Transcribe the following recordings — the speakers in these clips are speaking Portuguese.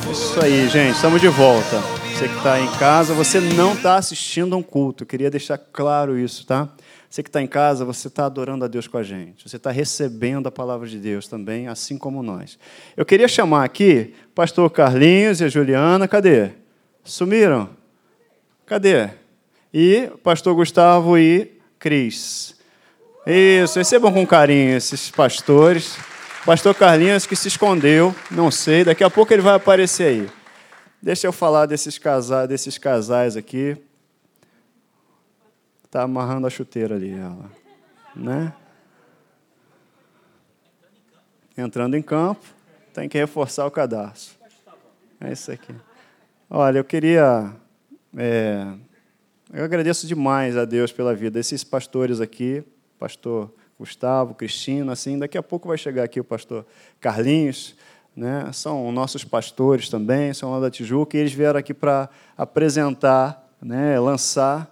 Isso aí, gente, estamos de volta. Você que está em casa, você não está assistindo a um culto. Eu queria deixar claro isso, tá? Você que está em casa, você está adorando a Deus com a gente. Você está recebendo a palavra de Deus também, assim como nós. Eu queria chamar aqui o pastor Carlinhos e a Juliana. Cadê? Sumiram? Cadê? E o pastor Gustavo e Cris. Isso, recebam com carinho esses pastores. Pastor Carlinhos que se escondeu, não sei, daqui a pouco ele vai aparecer aí. Deixa eu falar desses casais aqui. Está amarrando a chuteira ali, ela, né? Entrando em campo, tem que reforçar o cadarço. É isso aqui. Olha, eu queria... eu agradeço demais a Deus pela vida desses pastores aqui, pastor Gustavo, Cristina, assim, daqui a pouco vai chegar aqui o pastor Carlinhos, né? São nossos pastores também, são lá da Tijuca, e eles vieram aqui para apresentar, né, lançar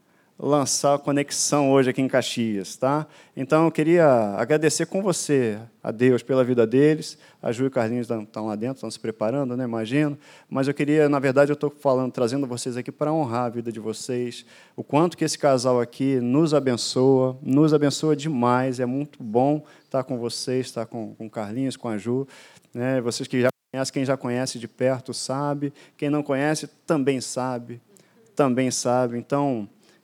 a conexão hoje aqui em Caxias, tá? Então, eu queria agradecer com você a Deus pela vida deles. A Ju e o Carlinhos estão lá dentro, estão se preparando, né? Imagino. Mas eu queria, na verdade, eu estou trazendo vocês aqui para honrar a vida de vocês, o quanto que esse casal aqui nos abençoa demais. É muito bom estar com vocês, estar com o Carlinhos, com a Ju, né? Vocês que já conhecem, quem já conhece de perto sabe, quem não conhece também sabe. Então,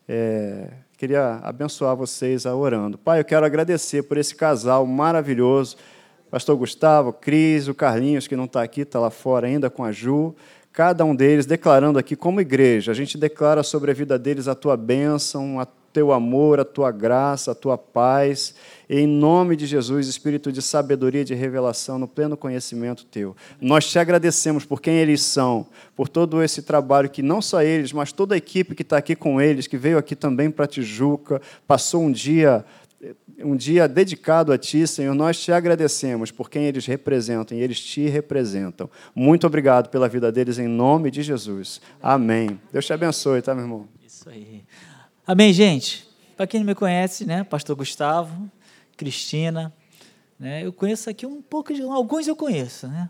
queria abençoar vocês orando. Pai, eu quero agradecer por esse casal maravilhoso, pastor Gustavo, Cris, o Carlinhos, que não está aqui, está lá fora ainda com a Ju, cada um deles declarando aqui como igreja, a gente declara sobre a vida deles a tua bênção, o teu amor, a tua graça, a tua paz, e em nome de Jesus, espírito de sabedoria e de revelação no pleno conhecimento teu. Nós te agradecemos por quem eles são, por todo esse trabalho que não só eles, mas toda a equipe que está aqui com eles, que veio aqui também para Tijuca, passou um dia dedicado a Ti, Senhor. Nós te agradecemos por quem eles representam e eles Te representam. Muito obrigado pela vida deles, em nome de Jesus. Amém. Deus te abençoe, tá, meu irmão? Isso aí. Amém, gente? Para quem não me conhece, né, pastor Gustavo, Cristina, né, eu conheço aqui um pouco de... Alguns eu conheço, né?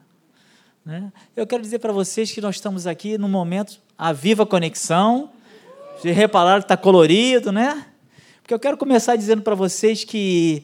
Eu quero dizer para vocês que nós estamos aqui no momento, a Viva Conexão. Vocês repararam que está colorido, né? Porque eu quero começar dizendo para vocês que,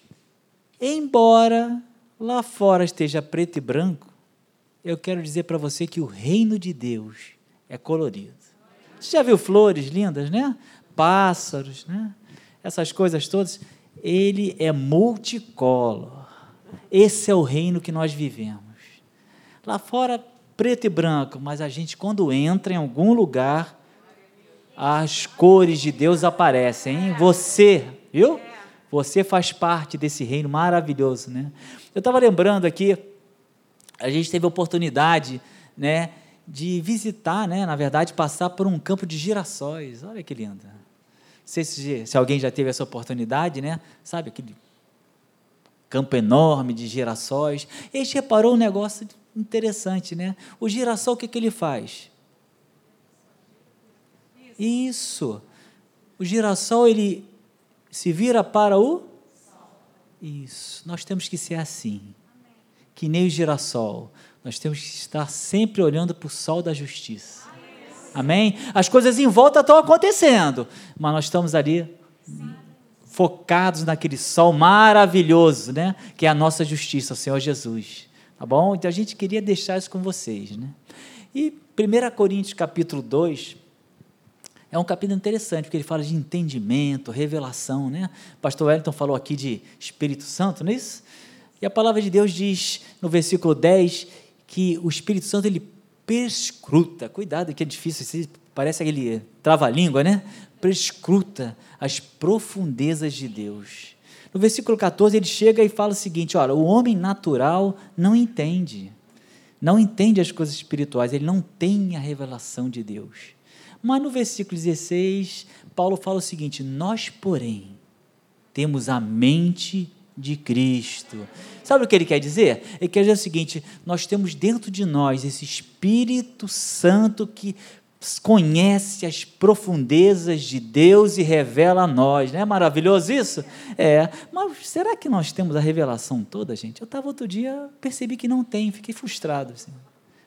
embora lá fora esteja preto e branco, eu quero dizer para você que o reino de Deus é colorido. Você já viu flores lindas, né? Pássaros, né? Essas coisas todas. Ele é multicolor. Esse é o reino que nós vivemos. Lá fora, preto e branco, mas a gente, quando entra em algum lugar, as cores de Deus aparecem, hein? Você, viu? Você faz parte desse reino maravilhoso, né? Eu estava lembrando aqui, a gente teve a oportunidade, né, de visitar, né, na verdade, passar por um campo de girassóis. Olha que lindo. Não sei se alguém já teve essa oportunidade, né? Sabe, aquele campo enorme de girassóis. E a gente reparou um negócio interessante, né? O girassol, o que ele faz? Isso. O girassol, ele se vira para o... Isso. Nós temos que ser assim. Que nem o girassol. Nós temos que estar sempre olhando para o sol da justiça. Amém? As coisas em volta estão acontecendo, mas nós estamos ali focados naquele sol maravilhoso, né? Que é a nossa justiça, o Senhor Jesus. Tá bom? Então, a gente queria deixar isso com vocês, né? E 1 Coríntios, capítulo 2, é um capítulo interessante, porque ele fala de entendimento, revelação, né? O pastor Wellington falou aqui de Espírito Santo, não é isso? E a palavra de Deus diz, no versículo 10, que o Espírito Santo, ele perscruta, cuidado que é difícil, parece aquele trava-língua, né? Perscruta as profundezas de Deus. No versículo 14, ele chega e fala o seguinte, olha, o homem natural não entende as coisas espirituais, ele não tem a revelação de Deus. Mas no versículo 16, Paulo fala o seguinte, nós, porém, temos a mente de Cristo. Sabe o que ele quer dizer? Ele quer dizer o seguinte, nós temos dentro de nós esse Espírito Santo que conhece as profundezas de Deus e revela a nós. Não é maravilhoso isso? Mas será que nós temos a revelação toda, gente? Eu estava outro dia, percebi que não tem, fiquei frustrado. Assim.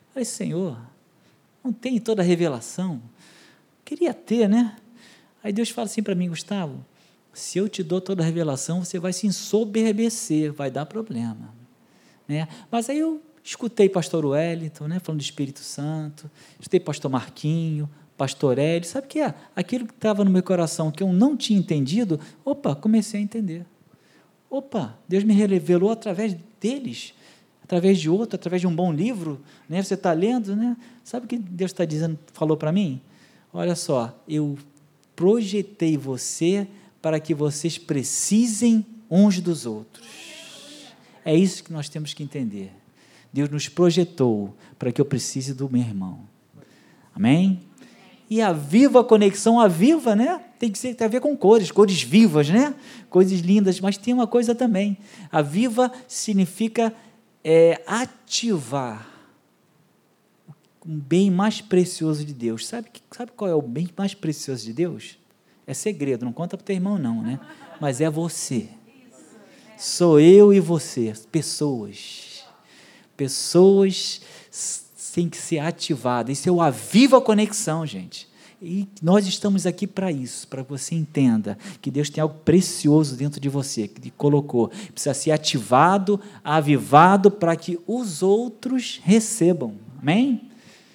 Falei, Senhor, não tem toda a revelação? Queria ter, né? Aí Deus fala assim para mim, Gustavo, se eu te dou toda a revelação, você vai se ensoberbecer, vai dar problema. Né? Mas aí eu escutei pastor Wellington, né, falando do Espírito Santo, escutei pastor Marquinho, pastor Hélio, sabe o que é? Aquilo que estava no meu coração, que eu não tinha entendido, comecei a entender. Deus me revelou através deles, através de outro, através de um bom livro, né? Você está lendo, né? Sabe o que Deus está dizendo, falou para mim? Olha só, eu projetei você para que vocês precisem uns dos outros. É isso que nós temos que entender. Deus nos projetou para que eu precise do meu irmão. Amém? E a viva conexão, a viva, né? Tem a ver com cores vivas, né? Coisas lindas, mas tem uma coisa também. A viva significa ativar um bem mais precioso de Deus. Sabe qual é o bem mais precioso de Deus? É segredo, não conta para o teu irmão não, né? Mas é você. Sou eu e você, pessoas. Pessoas têm que ser ativadas. Isso é o Aviva a Conexão, gente. E nós estamos aqui para isso, para que você entenda que Deus tem algo precioso dentro de você, que Ele colocou. Precisa ser ativado, avivado, para que os outros recebam. Amém?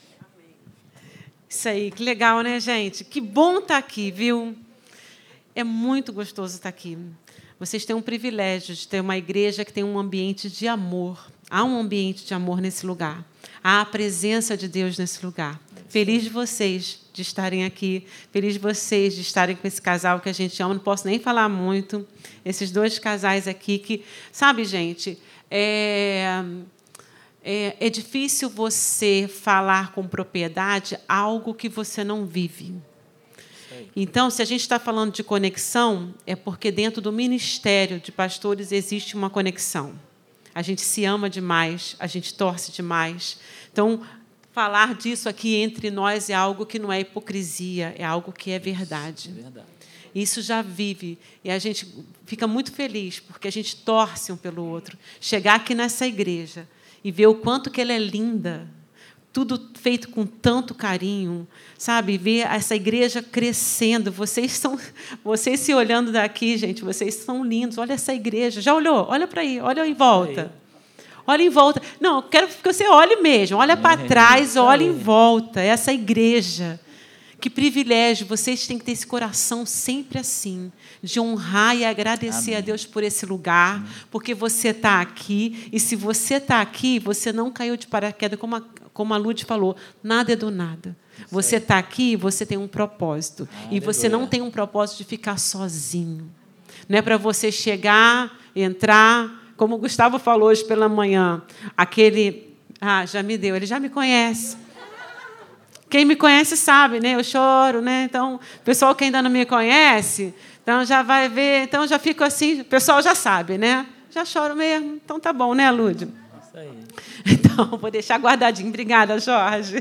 Isso aí, que legal, né, gente? Que bom estar aqui, viu? É muito gostoso estar aqui. Vocês têm um privilégio de ter uma igreja que tem um ambiente de amor. Há um ambiente de amor nesse lugar. Há a presença de Deus nesse lugar. Feliz de vocês de estarem aqui. Feliz de vocês de estarem com esse casal que a gente ama. Não posso nem falar muito. Esses dois casais aqui que... Sabe, gente, é difícil você falar com propriedade algo que você não vive. Então, se a gente está falando de conexão, é porque dentro do ministério de pastores existe uma conexão. A gente se ama demais, a gente torce demais. Então, falar disso aqui entre nós é algo que não é hipocrisia, é algo que é verdade. É verdade. Isso já vive. E a gente fica muito feliz, porque a gente torce um pelo outro. Chegar aqui nessa igreja e ver o quanto que ela é linda, tudo feito com tanto carinho, sabe? Ver essa igreja crescendo. Vocês se olhando daqui, gente, vocês são lindos. Olha essa igreja. Já olhou? Olha para aí, olha em volta. Olha em volta. Não, quero que você olhe mesmo. Olha para trás, olha em volta. Essa igreja. Que privilégio. Vocês têm que ter esse coração sempre assim, de honrar e agradecer Amém. A Deus por esse lugar, Amém. Porque você está aqui. E se você está aqui, você não caiu de paraquedas, como a Lud falou, nada é do nada. Você está aqui, você tem um propósito. E você não tem um propósito de ficar sozinho. Não é para você chegar, entrar, como o Gustavo falou hoje pela manhã, aquele... já me deu, ele já me conhece. Quem me conhece sabe, né? Eu choro, né? Então, o pessoal que ainda não me conhece, então já vai ver, então já fico assim, o pessoal já sabe, né? Já choro mesmo, então tá bom, né, Lúdio? Isso aí. Então, vou deixar guardadinho. Obrigada, Jorge.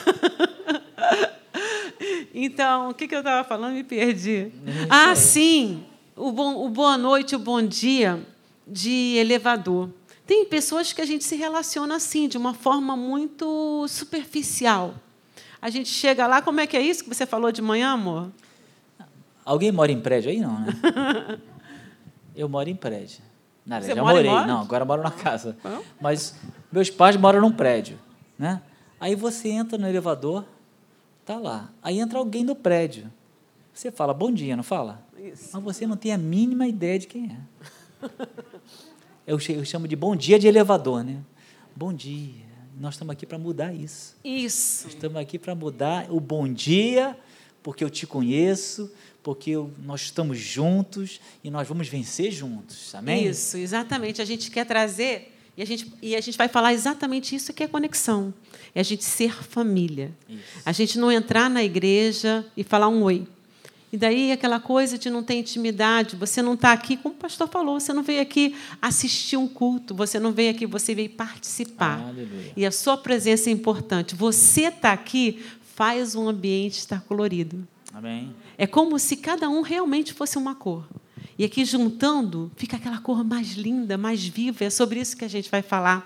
Então, o que eu estava falando? Me perdi. Sim, o boa noite, o bom dia de elevador. Tem pessoas que a gente se relaciona assim, de uma forma muito superficial. A gente chega lá, como é que é isso que você falou de manhã, amor? Alguém mora em prédio aí, não, né? Eu moro em prédio. Não, você já mora morei, não, agora moro na casa. Mas meus pais moram num prédio, né? Aí você entra no elevador, tá lá. Aí entra alguém no prédio. Você fala, bom dia, não fala? Isso. Mas você não tem a mínima ideia de quem é. Eu chamo de bom dia de elevador, né? Bom dia. Nós estamos aqui para mudar isso. Isso. Nós estamos aqui para mudar o bom dia, porque eu te conheço, porque nós estamos juntos e nós vamos vencer juntos. Amém? Isso, exatamente. A gente quer trazer, e a gente vai falar exatamente isso que é conexão. É a gente ser família. Isso. A gente não entrar na igreja e falar um oi. E daí aquela coisa de não ter intimidade, você não está aqui, como o pastor falou, você não veio aqui assistir um culto, você não veio aqui, você veio participar. Aleluia. E a sua presença é importante. Você está aqui, faz o ambiente estar colorido. Amém. É como se cada um realmente fosse uma cor. E aqui, juntando, fica aquela cor mais linda, mais viva. É sobre isso que a gente vai falar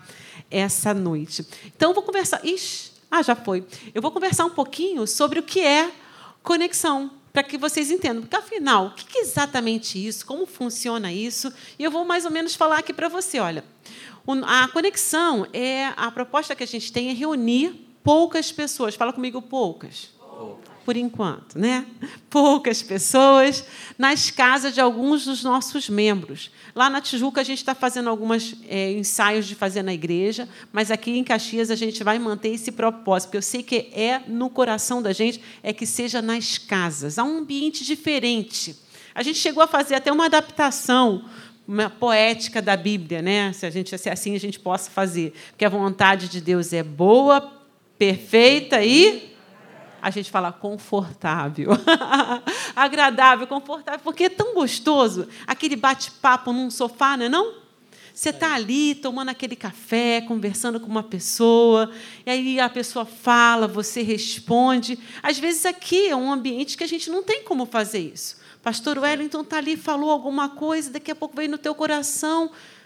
essa noite. Então, eu vou conversar... já foi. Eu vou conversar um pouquinho sobre o que é conexão, para que vocês entendam. Porque, afinal, o que é exatamente isso? Como funciona isso? E eu vou mais ou menos falar aqui para você. Olha, a conexão, a proposta que a gente tem é reunir poucas pessoas. Fala comigo, poucas. Por enquanto, né? Poucas pessoas nas casas de alguns dos nossos membros. Lá na Tijuca, a gente está fazendo alguns ensaios de fazer na igreja, mas aqui em Caxias a gente vai manter esse propósito, porque eu sei que no coração da gente, que seja nas casas. Há um ambiente diferente. A gente chegou a fazer até uma adaptação poética da Bíblia, né? Se assim a gente possa fazer. Porque a vontade de Deus é boa, perfeita e... A gente fala confortável, agradável, confortável, porque é tão gostoso aquele bate-papo num sofá, não é não? Você está ali tomando aquele café, conversando com uma pessoa, e aí a pessoa fala, você responde. Às vezes aqui é um ambiente que a gente não tem como fazer isso. Pastor Wellington está ali, falou alguma coisa, daqui a pouco veio no teu coração.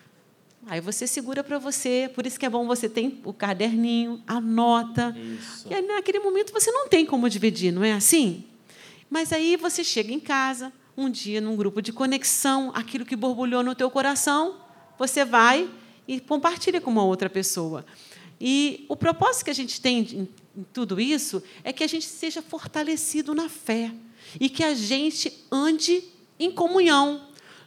Aí você segura para você, por isso que é bom você ter o caderninho, anota. Isso. E aí, naquele momento você não tem como dividir, não é assim? Mas aí você chega em casa, um dia, num grupo de conexão, aquilo que borbulhou no teu coração, você vai e compartilha com uma outra pessoa. E o propósito que a gente tem em tudo isso é que a gente seja fortalecido na fé e que a gente ande em comunhão.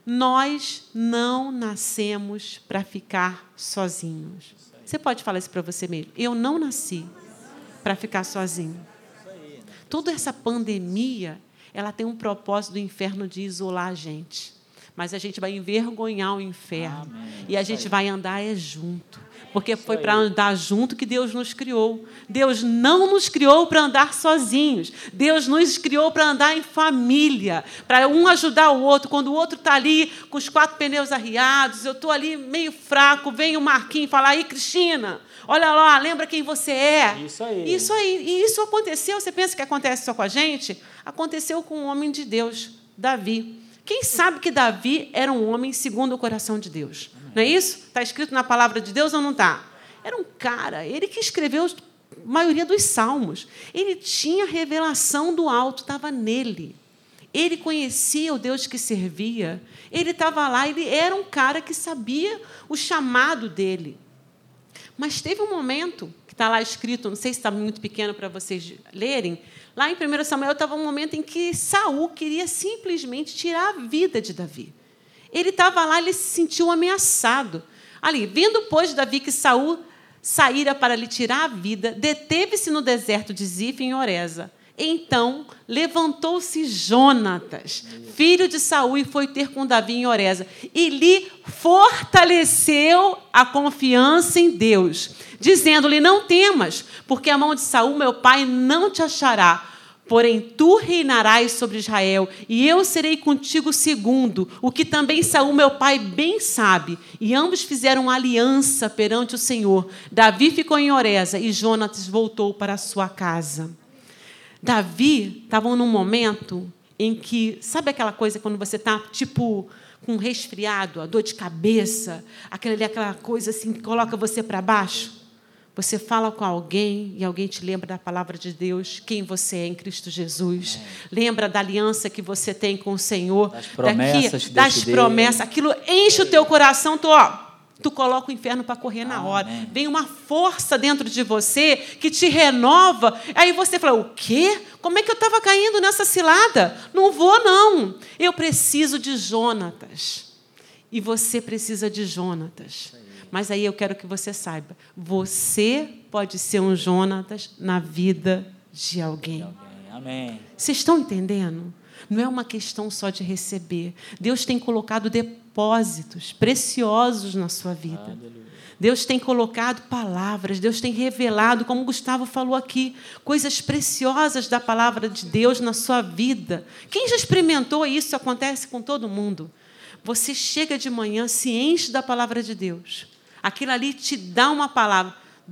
Nós não nascemos para ficar sozinhos. Você pode falar isso para você mesmo. Eu não nasci para ficar sozinho. Toda essa pandemia, ela tem um propósito do inferno de isolar a gente. Mas a gente vai envergonhar o inferno. Amém. E a gente vai andar junto. Porque foi para andar junto que Deus nos criou. Deus não nos criou para andar sozinhos. Deus nos criou para andar em família, para um ajudar o outro. Quando o outro está ali com os 4 pneus arriados, eu estou ali meio fraco, vem o Marquinhos e fala, aí, Cristina, olha lá, lembra quem você é? Isso aí. Isso aí. E isso aconteceu, você pensa que acontece só com a gente? Aconteceu com um homem de Deus, Davi. Quem sabe que Davi era um homem segundo o coração de Deus? Não é isso? Está escrito na palavra de Deus ou não está? Era um cara, ele que escreveu a maioria dos salmos. Ele tinha revelação do alto, estava nele. Ele conhecia o Deus que servia. Ele estava lá, ele era um cara que sabia o chamado dele. Mas teve um momento, que está lá escrito, não sei se está muito pequeno para vocês lerem, lá em 1 Samuel estava um momento em que Saul queria simplesmente tirar a vida de Davi. Ele estava lá, ele se sentiu ameaçado. Ali, vendo, pois, Davi que Saul saíra para lhe tirar a vida, deteve-se no deserto de Zif, em Oreza. Então, levantou-se Jonatas, filho de Saul, e foi ter com Davi em Oreza. E lhe fortaleceu a confiança em Deus, dizendo-lhe, não temas, porque a mão de Saul, meu pai, não te achará. Porém, tu reinarás sobre Israel, e eu serei contigo segundo, o que também Saul, meu pai, bem sabe. E ambos fizeram aliança perante o Senhor. Davi ficou em Oreza, e Jonatas voltou para a sua casa. Davi estava num momento em que, sabe aquela coisa quando você está, tipo, com um resfriado, a dor de cabeça, aquela coisa assim que coloca você para baixo? Você fala com alguém e alguém te lembra da palavra de Deus, quem você é em Cristo Jesus. Lembra da aliança que você tem com o Senhor. Das promessas. Aquilo enche o teu coração. Tu coloca o inferno para correr na hora. Vem uma força dentro de você que te renova. Aí você fala, o quê? Como é que eu estava caindo nessa cilada? Não vou, não. Eu preciso de Jonatas. E você precisa de Jonatas. Mas aí eu quero que você saiba, você pode ser um Jonatas na vida de alguém. Amém. Vocês estão entendendo? Não é uma questão só de receber. Deus tem colocado depósitos preciosos na sua vida. Aleluia. Deus tem colocado palavras, Deus tem revelado, como o Gustavo falou aqui, coisas preciosas da palavra de Deus na sua vida. Quem já experimentou isso? Acontece com todo mundo. Você chega de manhã, se enche da palavra de Deus. Aquilo ali te dá uma palavra.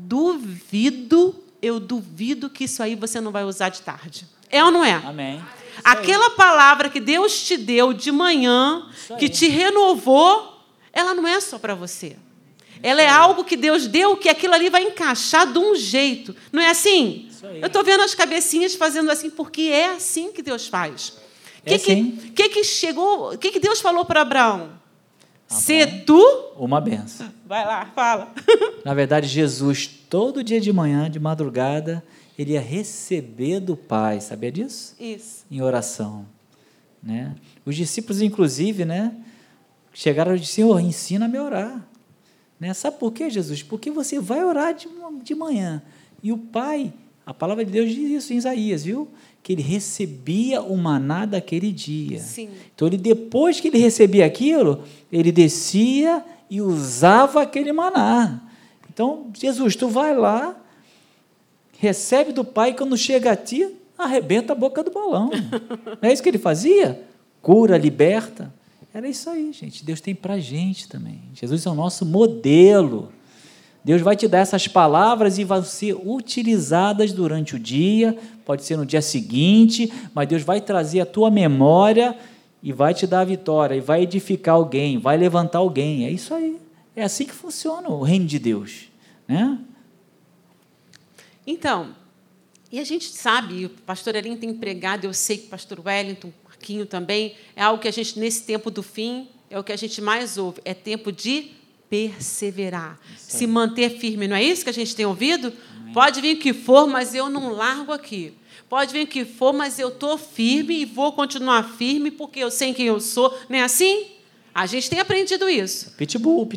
Eu duvido que isso aí você não vai usar de tarde. É ou não é? Amém. Aquela palavra que Deus te deu de manhã, que te renovou, ela não é só para você. Ela é algo que Deus deu, que aquilo ali vai encaixar de um jeito. Não é assim? Eu estou vendo as cabecinhas fazendo assim, porque é assim que Deus faz. O que Deus falou para Abraão? Se tu... Uma benção. Vai lá, fala. Na verdade, Jesus, todo dia de manhã, de madrugada, ele ia receber do Pai. Sabia disso? Isso. Em oração. Né? Os discípulos, inclusive, né, chegaram e disseram, Senhor, ensina-me a orar. Né? Sabe por quê, Jesus? Porque você vai orar de manhã. E o Pai, a palavra de Deus diz isso em Isaías, viu? Que ele recebia o maná daquele dia. Sim. Então, depois que ele recebia aquilo, ele descia e usava aquele maná. Então, Jesus, tu vai lá, recebe do Pai, e quando chega a ti, arrebenta a boca do balão. Não é isso que ele fazia? Cura, liberta. Era isso aí, gente. Deus tem para a gente também. Jesus é o nosso modelo. Deus vai te dar essas palavras e vão ser utilizadas durante o dia, pode ser no dia seguinte, mas Deus vai trazer a tua memória e vai te dar a vitória, e vai edificar alguém, vai levantar alguém. É isso aí. É assim que funciona o reino de Deus. Né? Então, e a gente sabe, o pastor Elinho tem pregado, eu sei que o pastor Wellington, Marquinho também, é algo que a gente, nesse tempo do fim, é o que a gente mais ouve, é tempo de perseverar, se manter firme. Não é isso que a gente tem ouvido? Amém. Pode vir o que for, mas eu não largo aqui. Pode vir o que for, mas eu estou firme e vou continuar firme porque eu sei quem eu sou. Não é assim? A gente tem aprendido isso. Pitbull.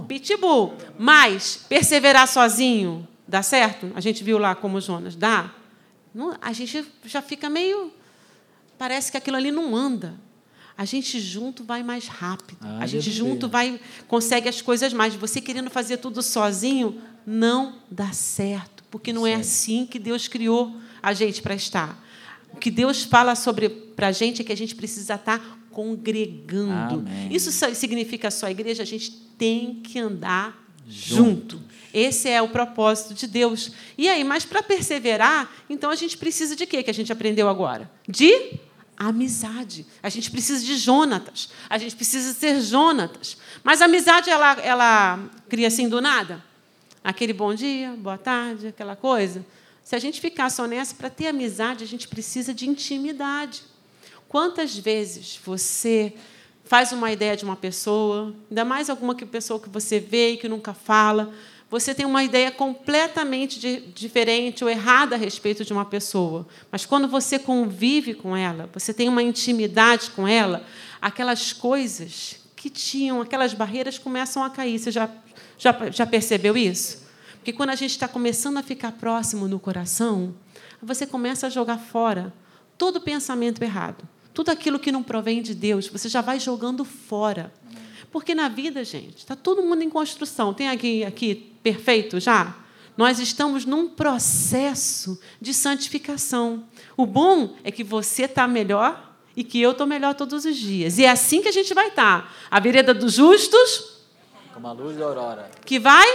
Mas perseverar sozinho, dá certo? A gente viu lá como Jonas, dá? Não, a gente já fica meio... Parece que aquilo ali não anda. A gente junto vai mais rápido. A gente junto consegue as coisas mais. Você querendo fazer tudo sozinho, não dá certo, porque não é assim que Deus criou a gente para estar. O que Deus fala para a gente é que a gente precisa estar congregando. Amém. Isso significa só a igreja, a gente tem que andar junto. Esse é o propósito de Deus. E aí, mas para perseverar, então a gente precisa de quê que a gente aprendeu agora? De amizade. A gente precisa de Jonatas. A gente precisa ser Jonatas. Mas a amizade, ela cria assim do nada? Aquele bom dia, boa tarde, aquela coisa. Se a gente ficar só nessa, para ter amizade, a gente precisa de intimidade. Quantas vezes você faz uma ideia de uma pessoa, ainda mais alguma pessoa que você vê e que nunca fala, você tem uma ideia completamente diferente ou errada a respeito de uma pessoa. Mas, quando você convive com ela, você tem uma intimidade com ela, aquelas coisas que tinham, aquelas barreiras começam a cair. Você já percebeu isso? Porque, quando a gente está começando a ficar próximo no coração, você começa a jogar fora todo pensamento errado. Tudo aquilo que não provém de Deus, você já vai jogando fora. Porque na vida, gente, está todo mundo em construção. Tem aqui perfeito já? Nós estamos num processo de santificação. O bom é que você está melhor e que eu estou melhor todos os dias. E é assim que a gente vai estar. A vereda dos justos... Como a luz da aurora. Que vai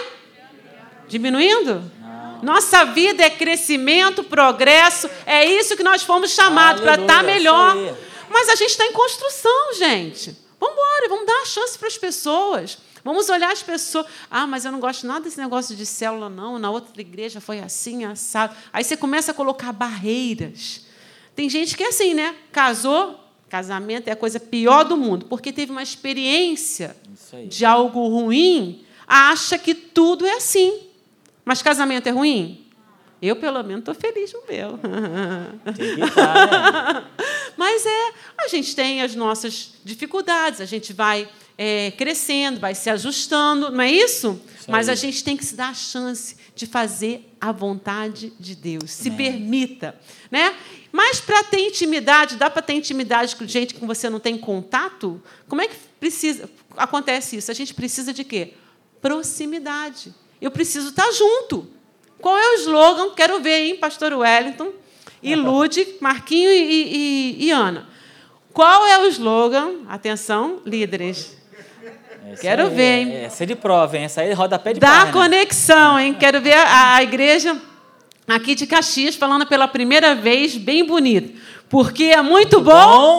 diminuindo? Não. Nossa vida é crescimento, progresso. É isso que nós fomos chamados, para estar melhor. Mas a gente está em construção, gente. Vamos embora, vamos dar uma chance para as pessoas. Vamos olhar as pessoas. Ah, mas eu não gosto nada desse negócio de célula, não. Na outra igreja foi assim, assado. Aí você começa a colocar barreiras. Tem gente que é assim, né? Casou, casamento é a coisa pior do mundo, porque teve uma experiência de algo ruim, acha que tudo é assim. Mas casamento é ruim? Eu, pelo menos, estou feliz no meu. Tem que estar, né? Mas a gente tem as nossas dificuldades, a gente vai crescendo, vai se ajustando, não é isso? Mas a gente tem que se dar a chance de fazer a vontade de Deus. Se permita. Né? Mas, para ter intimidade, dá para ter intimidade com gente que você não tem contato? Como é que acontece isso? A gente precisa de quê? Proximidade. Eu preciso estar junto. Qual é o slogan? Quero ver, hein, pastor Wellington, e Lude, Marquinho e Ana. Qual é o slogan? Atenção, líderes. Quero ver, hein? Essa é de prova, hein? Essa aí roda pé de página. Dá conexão, hein? Quero ver a igreja aqui de Caxias falando pela primeira vez, bem bonito. Porque é muito bom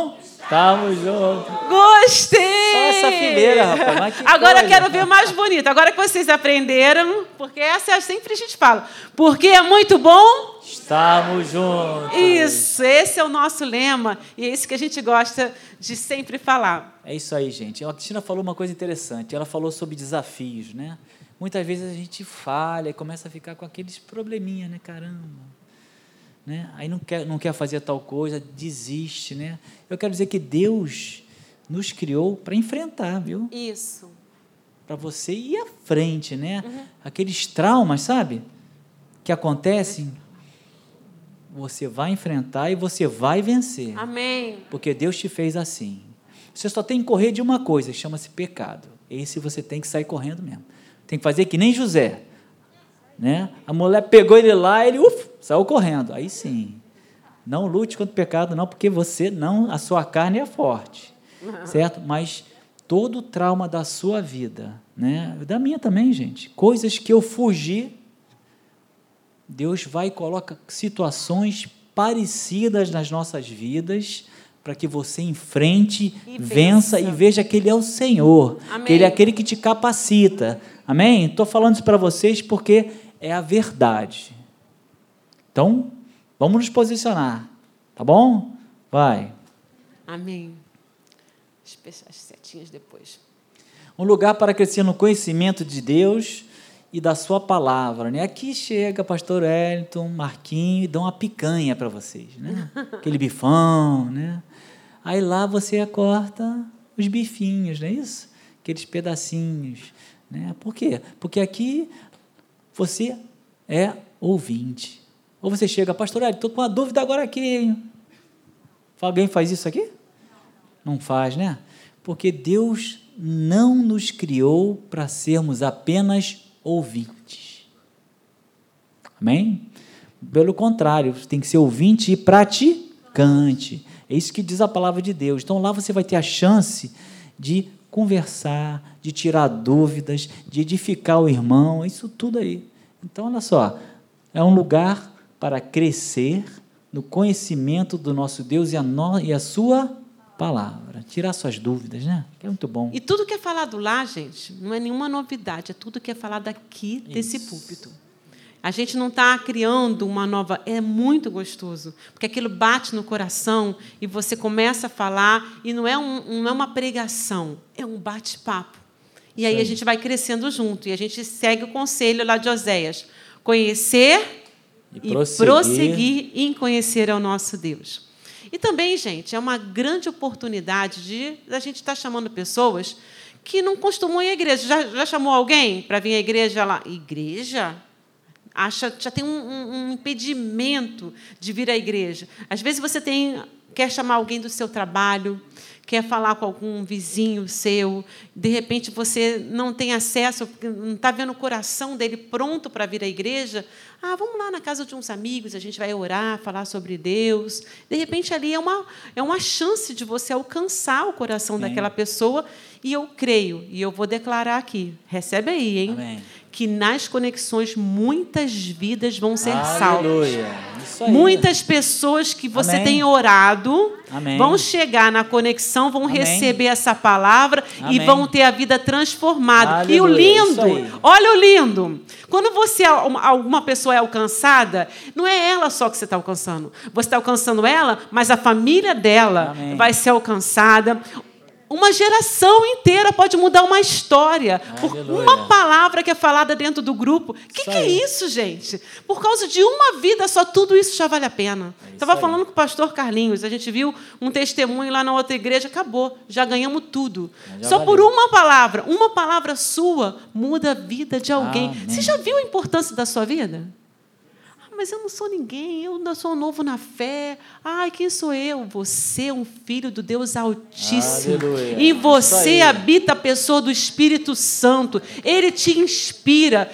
Tamo junto. Gostei! Só essa fileira, rapaz. Mas que Agora eu coisa. quero ver mais bonito. Agora que vocês aprenderam, porque essa sempre a gente fala. Porque é muito bom. Estamos juntos. Isso, esse é o nosso lema. E é isso que a gente gosta de sempre falar. É isso aí, gente. A Cristina falou uma coisa interessante. Ela falou sobre desafios, né? Muitas vezes a gente falha e começa a ficar com aqueles probleminhas, né? Caramba. Né? Aí não quer fazer tal coisa, desiste, né? Eu quero dizer que Deus nos criou para enfrentar, viu? Isso. Para você ir à frente, né? Aqueles traumas, sabe? Que acontecem, você vai enfrentar e você vai vencer. Amém. Porque Deus te fez assim. Você só tem que correr de uma coisa, que chama-se pecado. Esse você tem que sair correndo mesmo. Tem que fazer que nem José. Né? A mulher pegou ele lá, ele saiu correndo. Aí sim, não lute contra o pecado, não, porque você não, a sua carne é forte, certo? Mas todo o trauma da sua vida, né? Da minha também, gente, coisas que eu fugi, Deus vai e coloca situações parecidas nas nossas vidas para que você enfrente, vença e veja que Ele é o Senhor, Amém. que Ele é aquele que te capacita. Amém? Estou falando isso para vocês porque é a verdade. Então, vamos nos posicionar. Tá bom? Vai. Amém. As setinhas depois. Um lugar para crescer no conhecimento de Deus e da sua palavra. Né? Aqui chega pastor Wellington, Marquinho, e dão uma picanha para vocês. Né? Aquele bifão. Né? Aí lá você corta os bifinhos, não é isso? Aqueles pedacinhos. Né? Por quê? Porque aqui você é ouvinte. Ou você chega, pastor, estou com uma dúvida agora aqui. Alguém faz isso aqui? Não faz, né? Porque Deus não nos criou para sermos apenas ouvintes. Amém? Pelo contrário, você tem que ser ouvinte e praticante. É isso que diz a palavra de Deus. Então lá você vai ter a chance de conversar, de tirar dúvidas, de edificar o irmão, isso tudo aí. Então, olha só, é um lugar para crescer no conhecimento do nosso Deus e a sua palavra. Tirar suas dúvidas, né? Que é muito bom. E tudo que é falado lá, gente, não é nenhuma novidade, é tudo que é falado aqui desse púlpito. A gente não está criando uma nova... É muito gostoso, porque aquilo bate no coração e você começa a falar e não é uma pregação, é um bate-papo. E aí a gente vai crescendo junto e a gente segue o conselho lá de Oséias. Conhecer e prosseguir em conhecer ao nosso Deus. E também, gente, é uma grande oportunidade de a gente estar chamando pessoas que não costumam ir à igreja. Já chamou alguém para vir à igreja lá? Igreja? Já tem um impedimento de vir à igreja. Às vezes você quer chamar alguém do seu trabalho, quer falar com algum vizinho seu, de repente você não tem acesso, não está vendo o coração dele pronto para vir à igreja. Vamos lá na casa de uns amigos, a gente vai orar, falar sobre Deus. De repente, ali é uma chance de você alcançar o coração daquela pessoa. E eu creio, e eu vou declarar aqui, recebe aí, hein? Amém. Que nas conexões muitas vidas vão ser Aleluia. salvas. Isso aí. Muitas pessoas que você Amém. tem orado Amém. vão chegar na conexão, vão Amém. receber essa palavra Amém. e vão ter a vida transformada. Aleluia. E o lindo, Isso aí. olha o lindo, quando alguma pessoa é alcançada, não é ela só que você está alcançando. Você está alcançando ela, mas a família dela Amém. vai ser alcançada. Uma geração inteira pode mudar uma história por Aleluia. uma palavra que é falada dentro do grupo. O que é isso, gente? Por causa de uma vida só, tudo isso já vale a pena. Estava falando com o pastor Carlinhos, a gente viu um testemunho lá na outra igreja, acabou, já ganhamos tudo. Só valeu. por uma palavra sua muda a vida de alguém. Amém. Você já viu a importância da sua vida? Mas eu não sou ninguém, eu ainda sou novo na fé. Quem sou eu? Você é um filho do Deus Altíssimo. Aleluia. Em você habita a pessoa do Espírito Santo. Ele te inspira.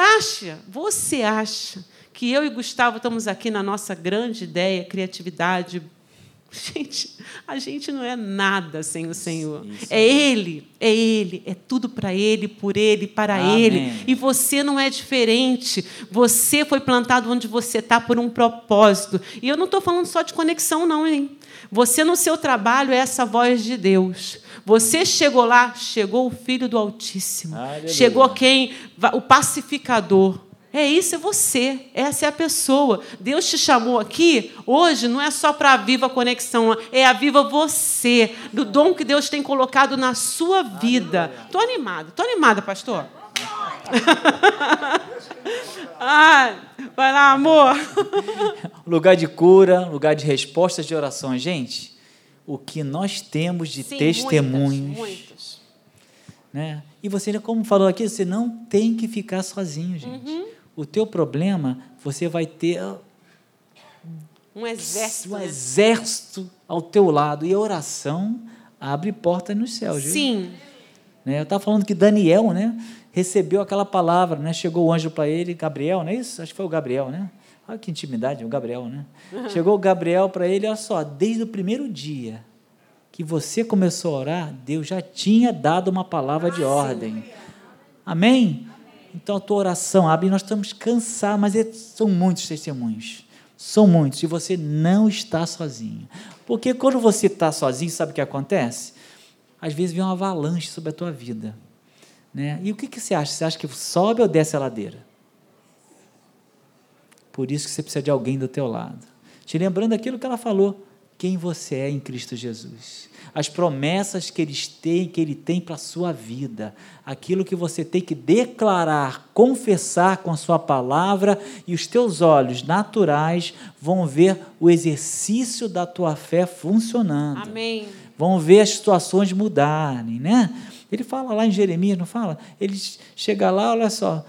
Você acha que eu e Gustavo estamos aqui na nossa grande ideia, criatividade, Gente, a gente não é nada sem o Senhor. Isso. É Ele, é tudo para Ele, por Ele, para Amém. Ele. E você não é diferente. Você foi plantado onde você está por um propósito. E eu não estou falando só de conexão, não, hein? Você, no seu trabalho, é essa voz de Deus. Você chegou lá, chegou o Filho do Altíssimo. Aleluia. Chegou quem? O pacificador. É isso, é você. Essa é a pessoa. Deus te chamou aqui, hoje, não é só para a Viva Conexão, é a Viva você, do dom que Deus tem colocado na sua vida. Estou animada, pastor. Ai, vai lá, amor. Lugar de cura, lugar de respostas de orações. Gente, o que nós temos de Sim, testemunhos. muitas. Né? E você, como falou aqui, você não tem que ficar sozinho, gente. O teu problema, você vai ter Um exército. né? exército ao teu lado. E a oração abre portas nos céus. Viu? Sim. Né? Eu estava falando que Daniel, né, recebeu aquela palavra, né? Chegou o anjo para ele, Gabriel, não é isso? Acho que foi o Gabriel, né? Olha que intimidade, o Gabriel, né? Chegou o Gabriel para ele, olha só, desde o primeiro dia que você começou a orar, Deus já tinha dado uma palavra de ordem. Amém? Então, a tua oração abre, nós estamos cansados, mas são muitos testemunhos. São muitos, e você não está sozinho. Porque quando você está sozinho, sabe o que acontece? Às vezes vem uma avalanche sobre a tua vida. Né? E o que você acha? Você acha que sobe ou desce a ladeira? Por isso que você precisa de alguém do teu lado. Te lembrando aquilo que ela falou, quem você é em Cristo Jesus. As promessas que Ele tem para a sua vida. Aquilo que você tem que declarar, confessar com a sua palavra, e os teus olhos naturais vão ver o exercício da tua fé funcionando. Amém. Vão ver as situações mudarem, né? Ele fala lá em Jeremias, não fala? Ele chega lá, olha só,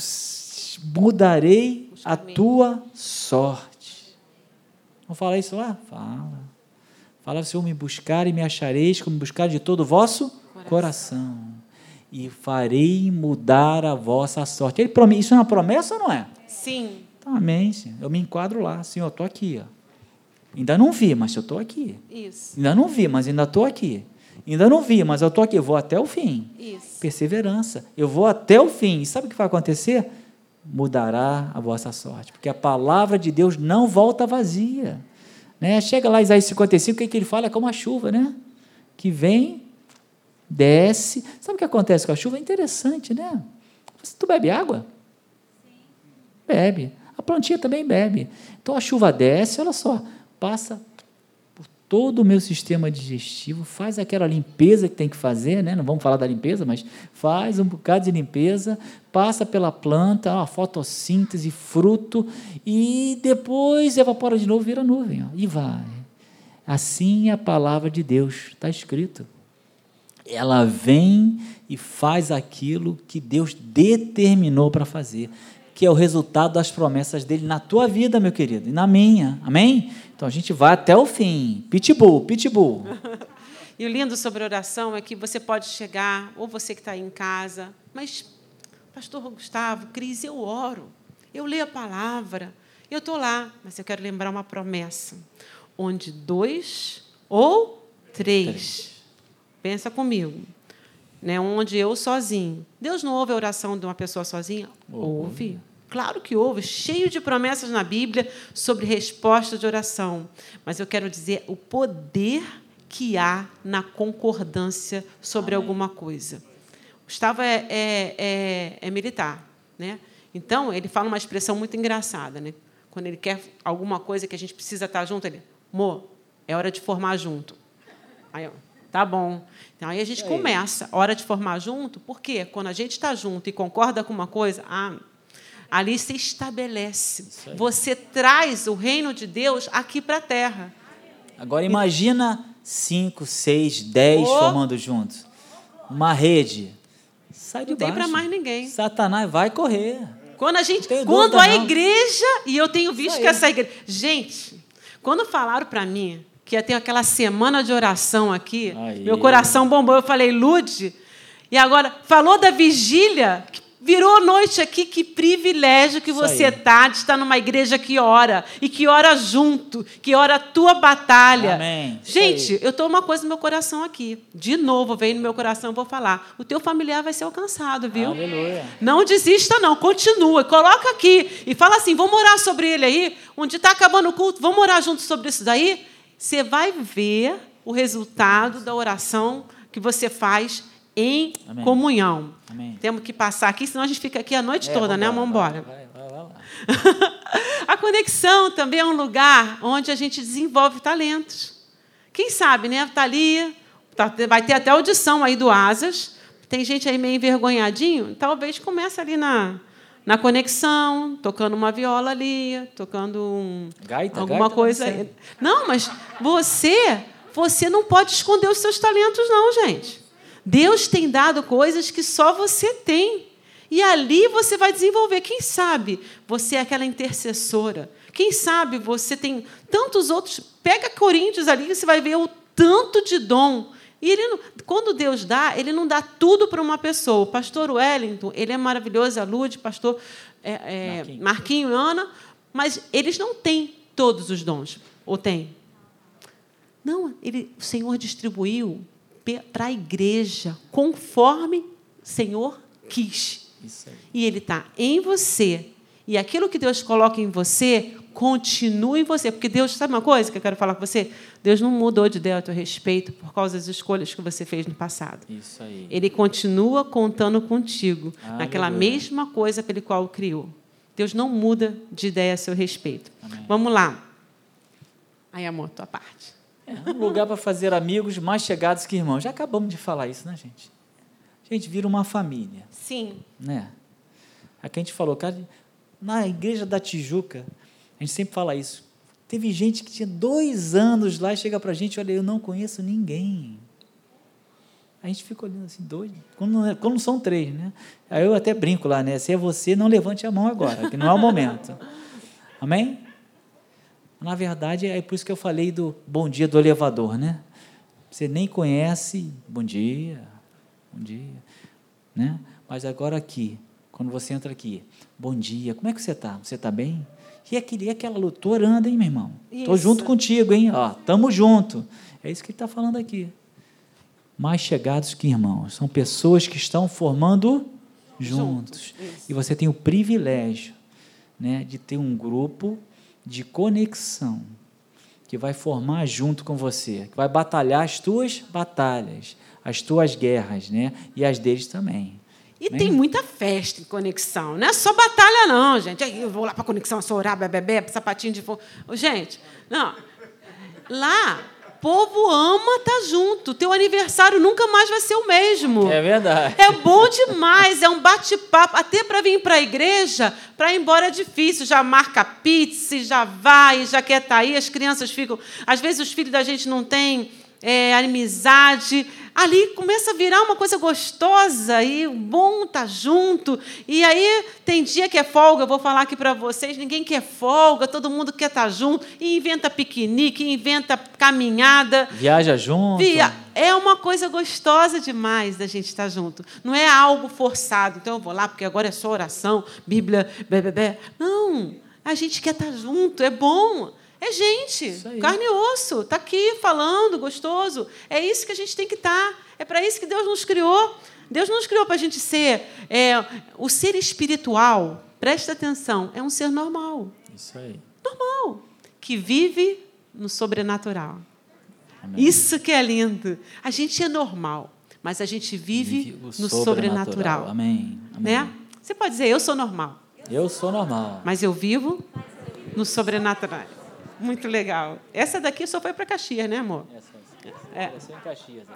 mudarei a tua sorte. Não fala isso lá? Fala. Fala, se eu me buscar e me achareis, como me buscar de todo o vosso coração. E farei mudar a vossa sorte. Isso é uma promessa ou não é? Sim. Então, amém, Senhor. Eu me enquadro lá, Senhor, eu estou aqui. Ó. Ainda não vi, mas eu estou aqui. Isso. Ainda não vi, mas ainda estou aqui. Ainda não vi, mas eu estou aqui. Eu vou até o fim. Isso. Perseverança. Eu vou até o fim. E sabe o que vai acontecer? Mudará a vossa sorte. Porque a palavra de Deus não volta vazia. Né? Chega lá, Isaías 55, o que ele fala? É como a chuva, né? Que vem, desce. Sabe o que acontece com a chuva? É interessante, né? Tu bebe água? Sim. Bebe. A plantinha também bebe. Então, a chuva desce, olha só, passa por todo o meu sistema digestivo, faz aquela limpeza que tem que fazer, né? Não vamos falar da limpeza, mas faz um bocado de limpeza, passa pela planta, a fotossíntese, fruto, e depois evapora de novo, vira nuvem, ó, e vai. Assim é a palavra de Deus, está escrito. Ela vem e faz aquilo que Deus determinou para fazer, que é o resultado das promessas dele na tua vida, meu querido, e na minha, amém? Então, a gente vai até o fim, pitbull. E o lindo sobre oração é que você pode chegar, ou você que está aí em casa, mas, pastor Gustavo, Cris, eu oro, eu leio a palavra, eu estou lá, mas eu quero lembrar uma promessa, onde 2 ou 3, pensa comigo, né? Onde eu sozinho. Deus não ouve a oração de uma pessoa sozinha? Ouve. Claro que ouve, cheio de promessas na Bíblia sobre resposta de oração. Mas eu quero dizer o poder que há na concordância sobre alguma coisa. Gustavo é militar, né? Então, ele fala uma expressão muito engraçada, né? Quando ele quer alguma coisa que a gente precisa estar junto, ele, amor, é hora de formar junto. Aí, ó, tá bom. Então, aí a gente começa, hora de formar junto, porque quando a gente está junto e concorda com uma coisa, ali se estabelece. Você traz o reino de Deus aqui para a terra. Agora, imagina 5, 6, 10 formando juntos. Uma rede. Sai de baixo. Não tem para mais ninguém. Satanás vai correr. Quando a igreja, e eu tenho visto que essa igreja... Gente, quando falaram para mim que ia ter aquela semana de oração aqui, meu coração bombou. Eu falei, Lude, e agora, falou da vigília... Virou noite aqui, que privilégio que você está de estar numa igreja que ora, e que ora junto, que ora a tua batalha. Amém. Gente, eu estou uma coisa no meu coração aqui. De novo, veio no meu coração, eu vou falar. O teu familiar vai ser alcançado, viu? Aleluia. Não desista, não. Continua. Coloca aqui e fala assim, vamos orar sobre ele aí. Onde está acabando o culto, vamos orar junto sobre isso daí. Você vai ver o resultado da oração que você faz em comunhão. Amém. Temos que passar aqui, senão a gente fica aqui a noite toda, né? Vamos embora. Vai lá. A conexão também é um lugar onde a gente desenvolve talentos. Quem sabe, né? Está ali, vai ter até audição aí do Asas. Tem gente aí meio envergonhadinho, talvez comece ali na conexão, tocando uma viola ali, tocando alguma coisa. Não, mas você não pode esconder os seus talentos, não, gente. Deus tem dado coisas que só você tem. E ali você vai desenvolver. Quem sabe você é aquela intercessora. Quem sabe você tem tantos outros. Pega Coríntios ali, você vai ver o tanto de dom. E quando Deus dá, Ele não dá tudo para uma pessoa. O pastor Wellington, ele é maravilhoso, a Lud, pastor Marquinho e Ana, mas eles não têm todos os dons. Ou têm? Não, o Senhor distribuiu para a igreja, conforme o Senhor quis. Isso aí. E Ele está em você. E aquilo que Deus coloca em você, continua em você. Porque Deus, sabe uma coisa que eu quero falar com você? Deus não mudou de ideia a teu respeito por causa das escolhas que você fez no passado. Isso aí. Ele continua contando contigo, naquela Aleluia. mesma coisa pela qual o criou. Deus não muda de ideia a seu respeito. Amém. Vamos lá. Aí, amor, tua parte. É um lugar para fazer amigos mais chegados que irmãos. Já acabamos de falar isso, né, gente? A gente vira uma família. Sim. Né? Aqui a gente falou, cara, na igreja da Tijuca, a gente sempre fala isso. Teve gente que tinha 2 anos lá e chega para a gente, olha, eu não conheço ninguém. A gente fica olhando assim, doido. Quando não são 3, né? Aí eu até brinco lá, né? Se é você, não levante a mão agora, que não é o momento. Amém? Na verdade, é por isso que eu falei do bom dia do elevador, né? Você nem conhece, bom dia, né? Mas agora aqui, quando você entra aqui, bom dia, como é que você está? Você está bem? E aquela luta, estou orando, hein, meu irmão? Estou junto contigo, hein? Estamos juntos. É isso que ele está falando aqui. Mais chegados que irmãos, são pessoas que estão formando juntos. E você tem o privilégio, né, de ter um grupo de conexão, que vai formar junto com você, que vai batalhar as tuas batalhas, as tuas guerras, né? E as deles também. E tem muita festa em conexão, não é só batalha, não, gente. Aí eu vou lá para a conexão, só orar, bebê, sapatinho de fogo. Gente, não. Lá, o povo ama estar junto. Teu aniversário nunca mais vai ser o mesmo. É verdade. É bom demais, é um bate-papo. Até para vir para a igreja, para ir embora é difícil. Já marca pizza, já vai, já quer estar aí. As crianças ficam... Às vezes os filhos da gente não têm amizade. Ali começa a virar uma coisa gostosa e bom estar junto. E aí tem dia que é folga, eu vou falar aqui para vocês, ninguém quer folga, todo mundo quer estar junto, e inventa piquenique, inventa caminhada. Viaja junto. É uma coisa gostosa demais da gente estar junto. Não é algo forçado. Então eu vou lá porque agora é só oração, Bíblia, bebê. Não, a gente quer estar junto, é bom. É gente, carne e osso, está aqui falando, gostoso. É isso que a gente tem que estar. É para isso que Deus nos criou. Deus nos criou para a gente ser. O ser espiritual, presta atenção, é um ser normal. Isso aí. Normal. Que vive no sobrenatural. Amém. Isso que é lindo. A gente é normal, mas a gente vive no sobrenatural. Amém. Né? Você pode dizer, eu sou normal. Eu sou normal. Mas eu vivo no sobrenatural. Muito legal. Essa daqui só foi para Caxias, né, amor? Essa é em Caxias.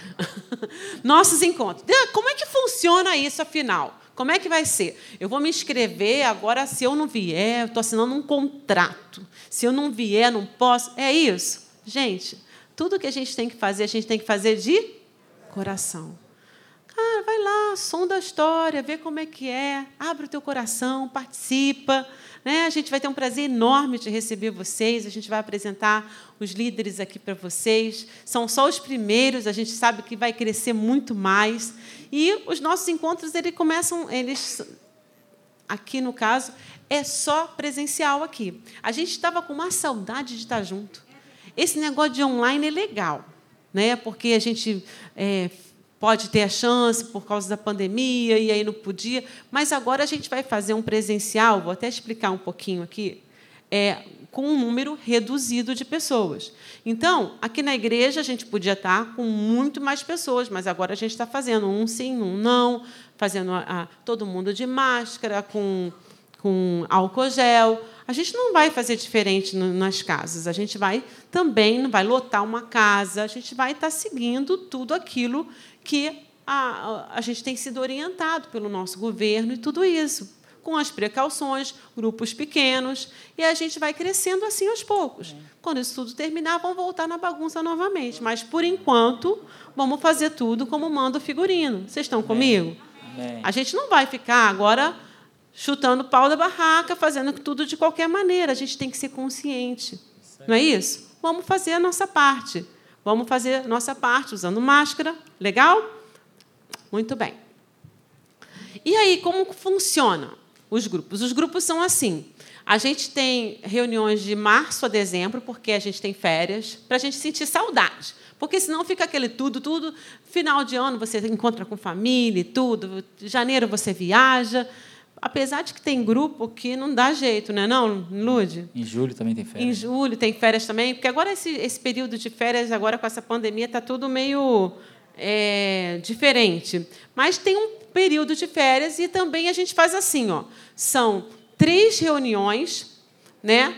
Nossos encontros. Como é que funciona isso, afinal? Como é que vai ser? Eu vou me inscrever, agora, se eu não vier, eu estou assinando um contrato. Se eu não vier, não posso. É isso? Gente, tudo que a gente tem que fazer de coração. Cara, vai lá, sonda a história, vê como é que é, abre o teu coração, participa. né? A gente vai ter um prazer enorme de receber vocês. A gente vai apresentar os líderes aqui para vocês. São só os primeiros, a gente sabe que vai crescer muito mais. E os nossos encontros, eles aqui, no caso, é só presencial aqui. A gente estava com uma saudade de estar junto. Esse negócio de online é legal, né? Porque a gente pode ter a chance por causa da pandemia, e aí não podia, mas agora a gente vai fazer um presencial, vou até explicar um pouquinho aqui, com um número reduzido de pessoas. Então, aqui na igreja, a gente podia estar com muito mais pessoas, mas agora a gente está fazendo um sim, um não, fazendo todo mundo de máscara, com álcool gel. A gente não vai fazer diferente nas casas. A gente também não vai lotar uma casa. A gente vai estar seguindo tudo aquilo que a gente tem sido orientado pelo nosso governo e tudo isso, com as precauções, grupos pequenos, e a gente vai crescendo assim aos poucos. Quando isso tudo terminar, vamos voltar na bagunça novamente. Mas, por enquanto, vamos fazer tudo como manda o figurino. Vocês estão comigo? Amém. A gente não vai ficar agora chutando o pau da barraca, fazendo tudo de qualquer maneira. A gente tem que ser consciente. Não é isso? Vamos fazer a nossa parte. Vamos fazer a nossa parte usando máscara. Legal? Muito bem. E aí, como funciona os grupos? Os grupos são assim. A gente tem reuniões de março a dezembro, porque a gente tem férias, para a gente sentir saudade. Porque, senão, fica aquele tudo. Final de ano, você encontra com família e tudo. Janeiro, você viaja. Apesar de que tem grupo que não dá jeito, não é não, Lude? Em julho também tem férias. Em julho tem férias também, porque agora esse período de férias, agora com essa pandemia, está tudo meio diferente. Mas tem um período de férias e também a gente faz assim, ó, são 3 reuniões, né?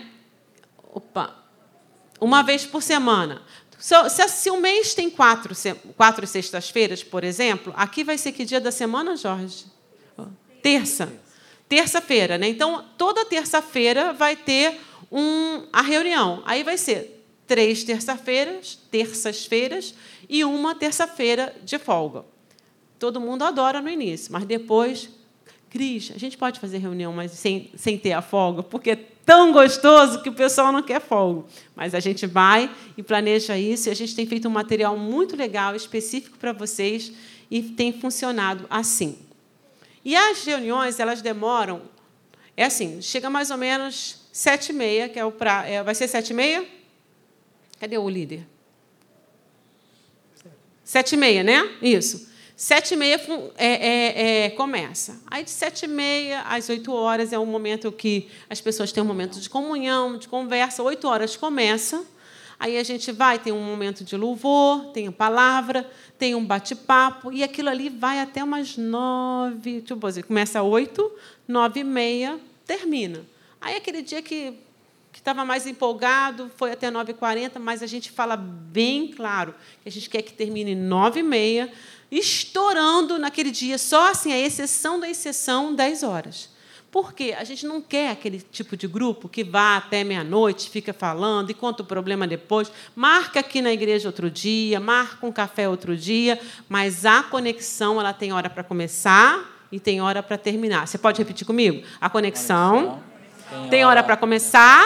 Uma vez por semana. Se o mês tem 4 sextas-feiras, por exemplo, aqui vai ser que dia da semana, Jorge? Terça-feira, né? Então, toda terça-feira vai ter a reunião. Aí vai ser 3 terças-feiras e uma terça-feira de folga. Todo mundo adora no início, mas depois, Cris, a gente pode fazer reunião, mas sem ter a folga, porque é tão gostoso que o pessoal não quer folga. Mas a gente vai e planeja isso, e a gente tem feito um material muito legal, específico para vocês, e tem funcionado assim. E as reuniões, elas demoram, chega mais ou menos 7h30, que vai ser 7h30? Cadê o líder? 7h30, né? Isso. 7h30 começa. Aí, de 7h30 às 8h, é um momento que as pessoas têm um momento de comunhão, de conversa. 8h começa. Aí a gente tem um momento de louvor, tem a palavra, tem um bate-papo, e aquilo ali vai até umas 9, começa às 8, 9h30, termina. Aí, aquele dia que estava mais empolgado, foi até 9h40, mas a gente fala bem claro que a gente quer que termine 9h30, estourando naquele dia, só assim, a exceção da exceção, 10h. Por quê? A gente não quer aquele tipo de grupo que vá até meia-noite, fica falando e conta o problema depois. Marca aqui na igreja outro dia, marca um café outro dia, mas a conexão ela tem hora para começar e tem hora para terminar. Você pode repetir comigo? A conexão tem hora para começar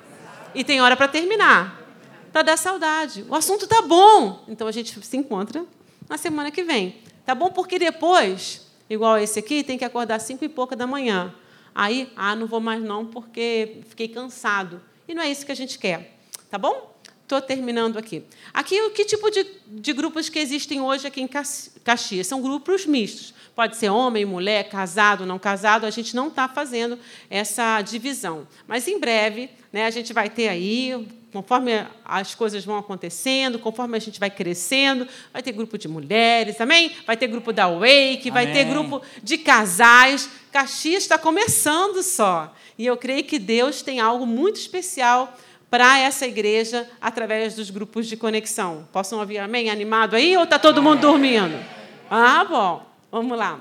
e tem hora para terminar, para dar saudade. O assunto está bom, então a gente se encontra na semana que vem. Tá bom? Porque depois, igual esse aqui, tem que acordar 5h pouca da manhã. Aí, não vou mais não, porque fiquei cansado. E não é isso que a gente quer. Tá bom? Estou terminando aqui. Aqui, que tipo de grupos que existem hoje aqui em Caxias? São grupos mistos. Pode ser homem, mulher, casado, não casado. A gente não está fazendo essa divisão. Mas, em breve, né, a gente vai ter aí, conforme as coisas vão acontecendo, conforme a gente vai crescendo, vai ter grupo de mulheres, amém? Vai ter grupo da Wake, vai ter grupo de casais. Caxias está começando só. E eu creio que Deus tem algo muito especial para essa igreja através dos grupos de conexão. Possam ouvir amém? Animado aí ou está todo mundo dormindo? Bom. Vamos lá.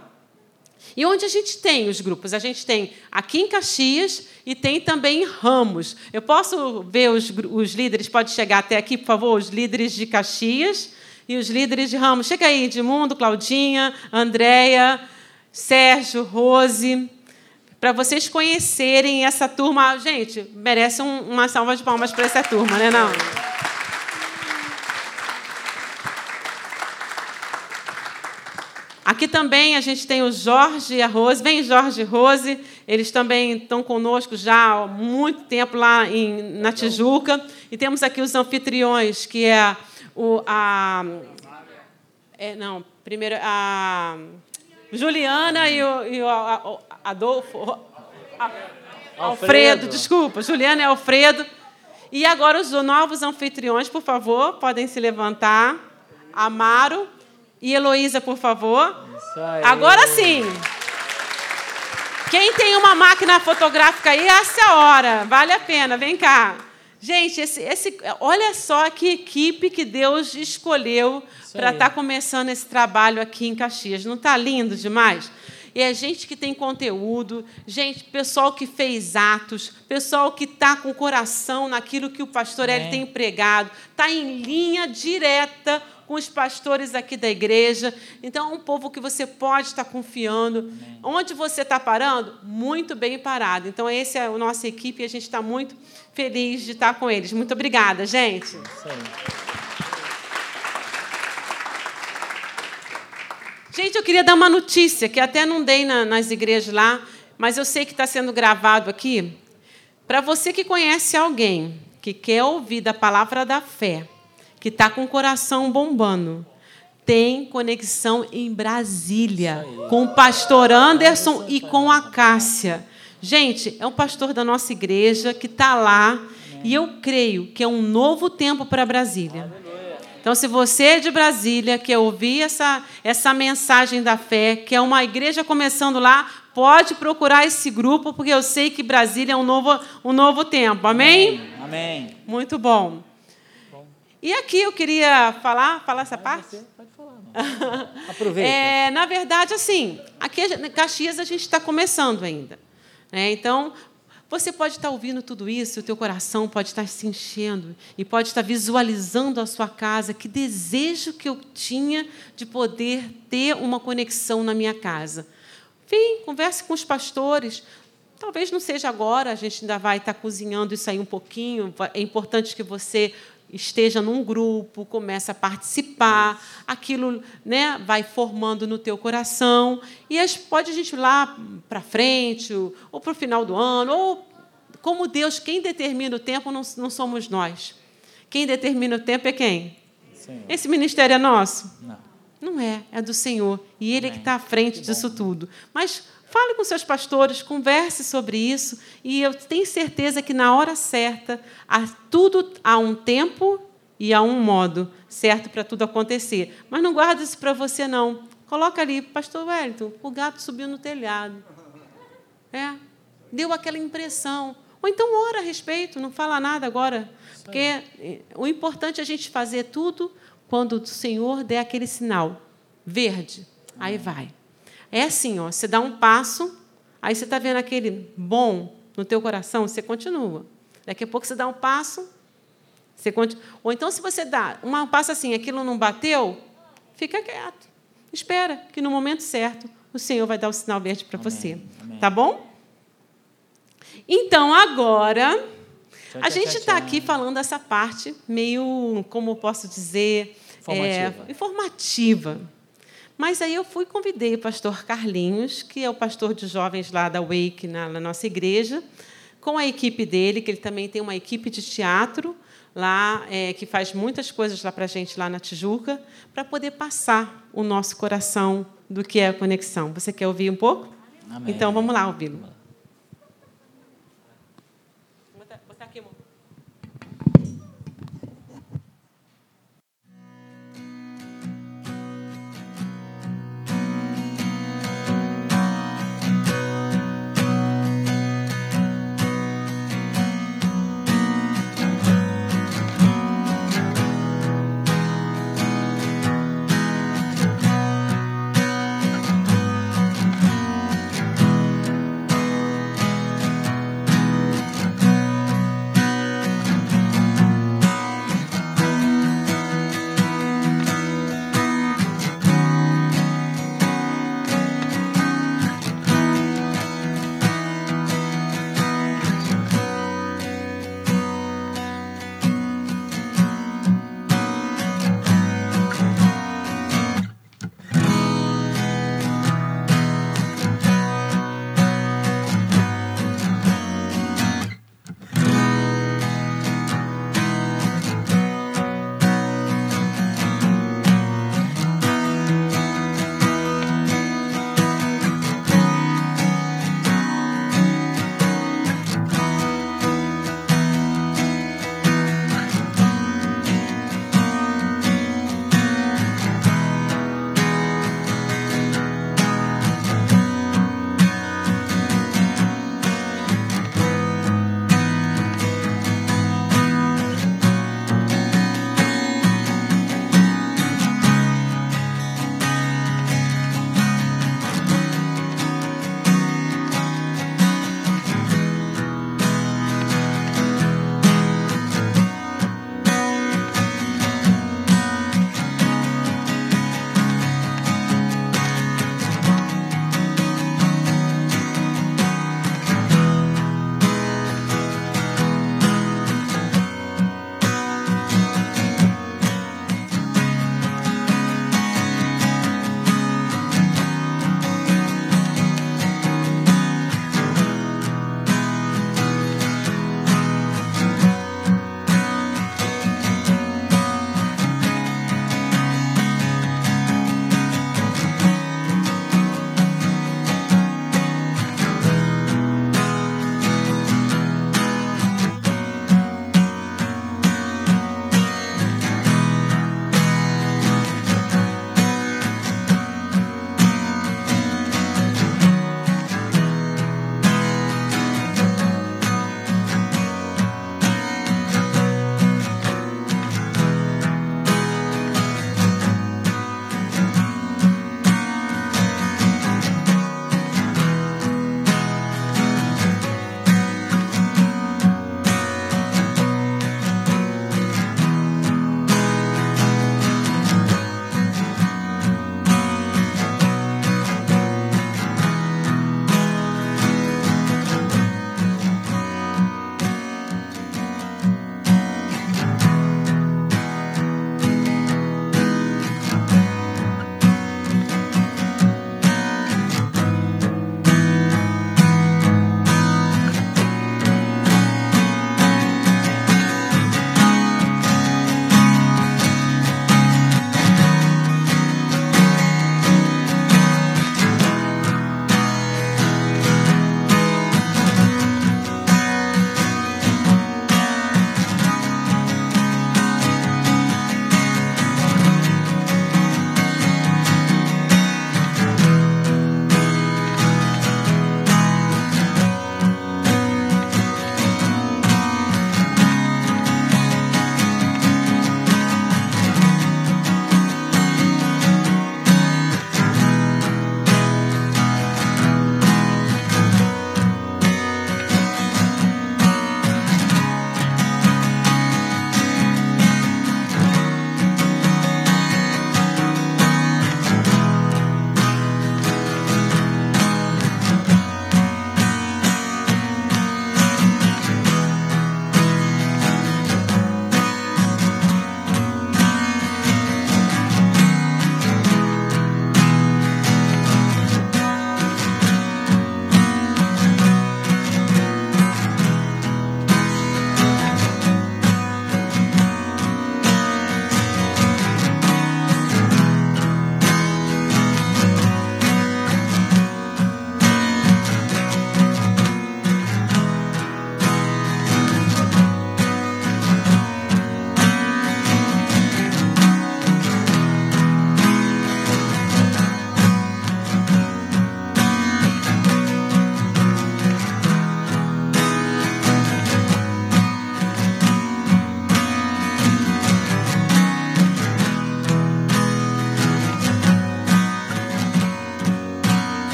E onde a gente tem os grupos? A gente tem aqui em Caxias e tem também em Ramos. Eu posso ver os líderes, pode chegar até aqui, por favor, os líderes de Caxias e os líderes de Ramos. Chega aí, Edmundo, Claudinha, Andréia, Sérgio, Rose, para vocês conhecerem essa turma. Gente, merece uma salva de palmas para essa turma, né, não? Aqui também a gente tem o Jorge e a Rose. Vem, Jorge e Rose. Eles também estão conosco já há muito tempo lá na Tijuca. E temos aqui os anfitriões, que é primeiro a Juliana e o Adolfo. Alfredo, desculpa. Juliana e Alfredo. E agora os novos anfitriões, por favor, podem se levantar. Amaro e Heloísa, por favor. Isso aí. Agora sim. Quem tem uma máquina fotográfica aí, essa é a hora. Vale a pena. Vem cá. Gente, olha só que equipe que Deus escolheu para estar começando esse trabalho aqui em Caxias. Não está lindo demais? E é gente que tem conteúdo, gente, pessoal que fez atos, pessoal que está com o coração naquilo que o pastor Hélio tem pregado, está em linha direta com os pastores aqui da igreja. Então, é um povo que você pode estar confiando. Amém. Onde você está parando? Muito bem parado. Então, essa é a nossa equipe e a gente está muito feliz de estar com eles. Muito obrigada, gente. Isso aí. Gente, eu queria dar uma notícia, que até não dei nas igrejas lá, mas eu sei que está sendo gravado aqui. Para você que conhece alguém que quer ouvir da palavra da fé, que está com o coração bombando, tem conexão em Brasília, com o pastor Anderson e com a Cássia. Gente, é um pastor da nossa igreja que está lá, e eu creio que é um novo tempo para Brasília. Então, se você é de Brasília, quer ouvir essa mensagem da fé, que é uma igreja começando lá, pode procurar esse grupo, porque eu sei que Brasília é um novo tempo. Amém? Amém. Muito bom. E aqui eu queria falar essa parte? Você pode falar. Aproveita. Na verdade, assim, aqui em Caxias a gente está começando ainda. Então, você pode estar ouvindo tudo isso, o teu coração pode estar se enchendo e pode estar visualizando a sua casa. Que desejo que eu tinha de poder ter uma conexão na minha casa. Vem, converse com os pastores. Talvez não seja agora, a gente ainda vai estar cozinhando isso aí um pouquinho. É importante que você esteja num grupo, comece a participar, aquilo, né, vai formando no teu coração, e pode a gente ir lá para frente, ou para o final do ano, ou como Deus, quem determina o tempo não somos nós. Quem determina o tempo é quem? Senhor. Esse ministério é nosso? Não é do Senhor, e Ele é que está à frente disso tudo. Mas fale com seus pastores, converse sobre isso, e eu tenho certeza que, na hora certa, há um tempo e há um modo certo para tudo acontecer. Mas não guarda isso para você, não. Coloca ali, pastor Wellington, o gato subiu no telhado. Deu aquela impressão. Ou então ora a respeito, não fala nada agora. Porque o importante é a gente fazer tudo quando o Senhor der aquele sinal verde. Aí vai. É assim, você dá um passo, aí você está vendo aquele bom no teu coração, você continua. Daqui a pouco você dá um passo, você continua. Ou então, se você dá um passo assim, aquilo não bateu, fica quieto. Espera, que no momento certo o Senhor vai dar o sinal verde para você. Amém. Tá bom? Então, agora, a gente está aqui falando essa parte meio, como posso dizer, informativa. Mas aí eu convidei o pastor Carlinhos, que é o pastor de jovens lá da Wake, na nossa igreja, com a equipe dele, que ele também tem uma equipe de teatro lá, que faz muitas coisas lá para a gente, lá na Tijuca, para poder passar o nosso coração do que é a conexão. Você quer ouvir um pouco? Amém. Então, vamos lá ouvi-lo. Vou botar aqui, amor.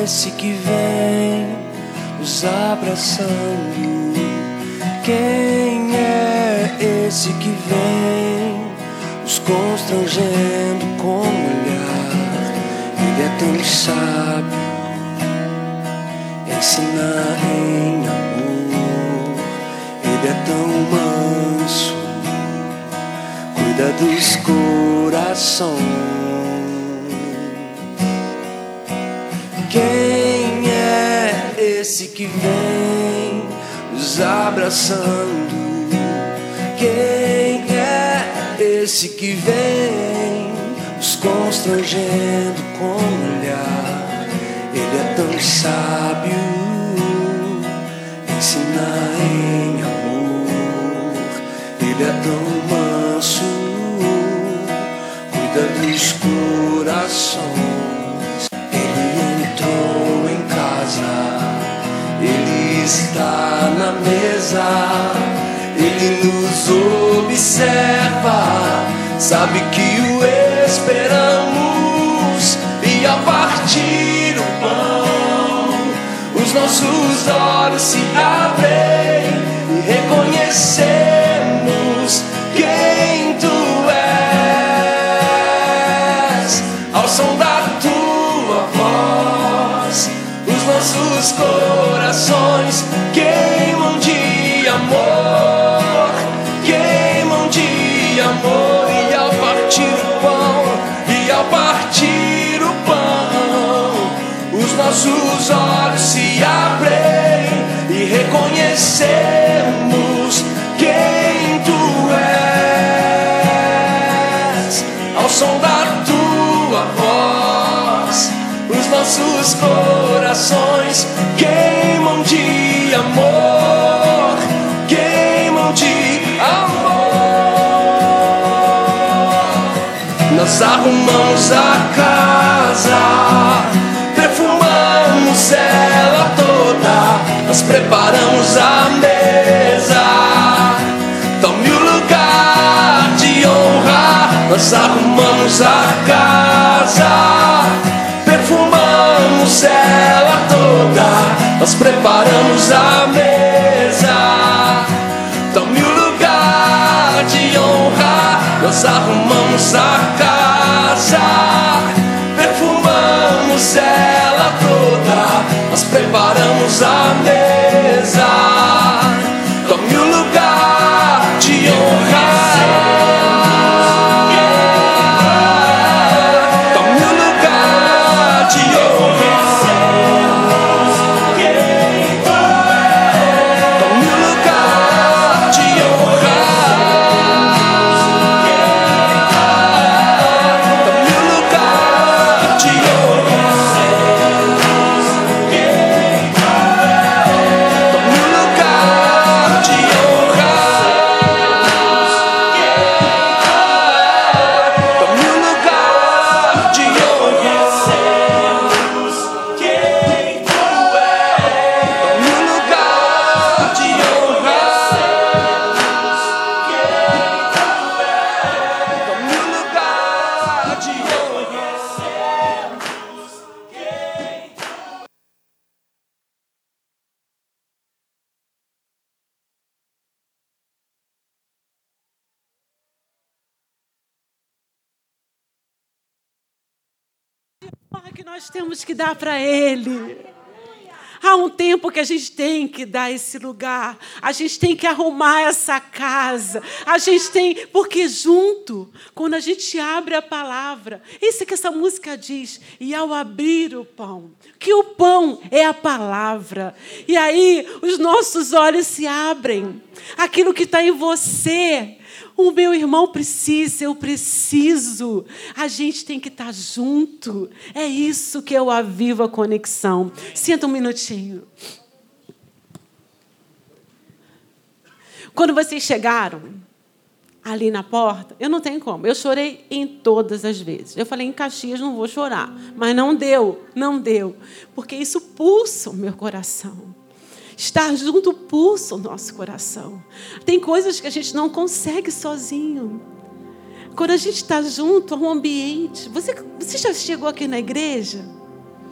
esse que vem nos abraçando? Quem é esse que vem nos constrangendo com o olhar? Ele é tão sábio, ensina em amor. Ele é tão manso, cuida dos corações. Quem é esse que vem nos abraçando? Quem é esse que vem nos constrangendo com o olhar? Ele é tão sábio, ensina em amor. Ele é tão manso, cuida dos corações. Ele entrou em casa, ele está na mesa, ele nos observa, sabe que o esperamos. E ao partir o pão, os nossos olhos se abrem e reconhecemos quem tu és. Ao som da tua voz, os nossos corações queimam de amor, queimam de amor. E ao partir o pão, e ao partir o pão, os nossos olhos se abrem e reconhecemos quem tu és. Ao som da tua voz, os nossos corações queimam de amor, queimam de amor. Nós arrumamos a casa, perfumamos ela toda, nós preparamos a mesa. Tome o lugar de honra. Nós arrumamos a casa, perfumamos ela toda, nós preparamos a mesa. Tome o lugar de honra. Nós arrumamos a casa, perfumamos ela toda, nós preparamos a mesa. Tome o lugar de honra. Tome o lugar de honra. Tome o lugar de honra. Tome o lugar de honra. Que nós temos que dar para Ele. Há um tempo que a gente tem que dar esse lugar. A gente tem que arrumar essa casa. A gente tem... Porque junto, quando a gente abre a palavra... Isso que essa música diz. E ao abrir o pão... Que o pão é a palavra. E aí, os nossos olhos se abrem. Aquilo que está em você... O meu irmão precisa, eu preciso. A gente tem que estar junto. É isso que é o Aviva Conexão. Senta um minutinho. Quando vocês chegaram ali na porta, eu não tenho como. Eu chorei em todas as vezes. Eu falei, em Caxias não vou chorar. Mas não deu, não deu. Porque isso pulsa o meu coração. Estar junto pulsa o nosso coração. Tem coisas que a gente não consegue sozinho. Quando a gente está junto, há um ambiente. Você já chegou aqui na igreja?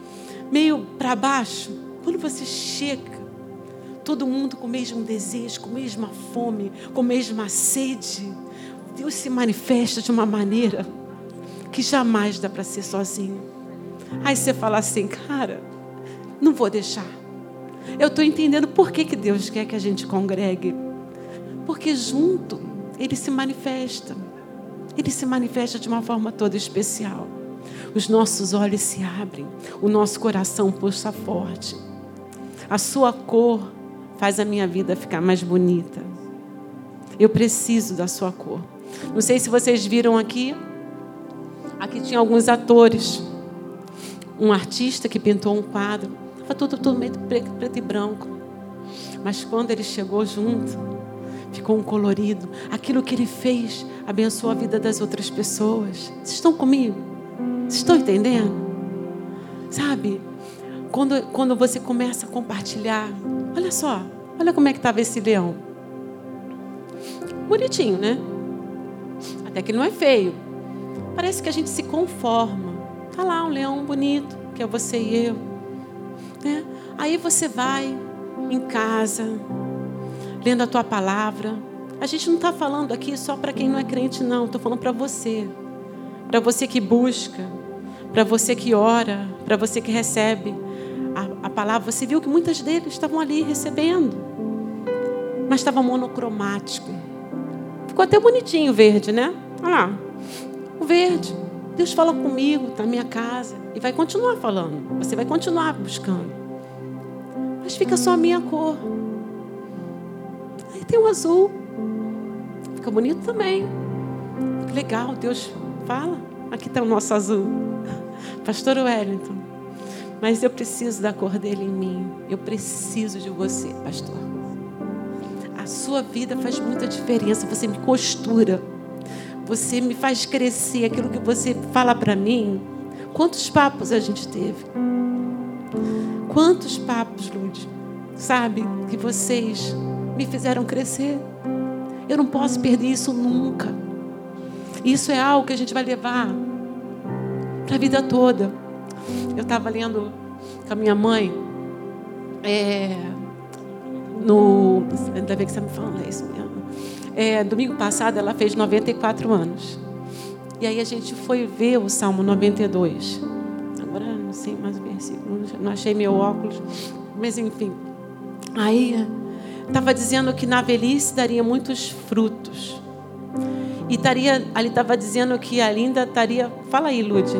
meio para baixo, quando você chega, todo mundo com o mesmo desejo, com a mesma fome, com a mesma sede, Deus se manifesta de uma maneira que jamais dá para ser sozinho. Aí você fala assim, cara, não vou deixar. Eu estou entendendo por que Deus quer que a gente congregue. Porque junto Ele se manifesta. Ele se manifesta de uma forma toda especial. Os nossos olhos se abrem, o nosso coração pulsa forte. A sua cor faz a minha vida ficar mais bonita. Eu preciso da sua cor. Não sei se vocês viram aqui. Aqui tinha alguns atores. Um artista que pintou um quadro. Estava tudo meio preto e branco. Mas quando ele chegou junto, ficou um colorido. Aquilo que ele fez abençoou a vida das outras pessoas. Vocês estão comigo? Vocês estão entendendo? Sabe? Quando você começa a compartilhar. Olha só. Olha como é que estava esse leão. Bonitinho, né? Até que não é feio. Parece que a gente se conforma. Está lá um leão bonito, que é você e eu. Né? Aí você vai em casa, lendo a tua palavra. A gente não está falando aqui só para quem não é crente, não. Estou falando para você. Para você que busca. Para você que ora. Para você que recebe a palavra. Você viu que muitas deles estavam ali recebendo. Mas estava monocromático. Ficou até bonitinho o verde, né? Olha lá. O verde. Deus fala comigo, está na minha casa. E vai continuar falando. Você vai continuar buscando. Mas fica só a minha cor. Aí tem o azul. Fica bonito também. Legal, Deus fala. Aqui está o nosso azul. Pastor Wellington. Mas eu preciso da cor dele em mim. Eu preciso de você, pastor. A sua vida faz muita diferença. Você me costura. Você me faz crescer. Aquilo que você fala para mim. Quantos papos a gente teve? Quantos papos, Lud? Sabe? Que vocês me fizeram crescer. Eu não posso perder isso nunca. Isso é algo que a gente vai levar para a vida toda. Eu estava lendo com a minha mãe. Ainda bem que você me falando, é isso mesmo. Domingo passado ela fez 94 anos. E aí a gente foi ver o Salmo 92. Agora não sei mais o versículo, não achei meu óculos, mas enfim. Aí estava dizendo que na velhice daria muitos frutos. E ali estava dizendo que ainda estaria... Fala aí, Lud.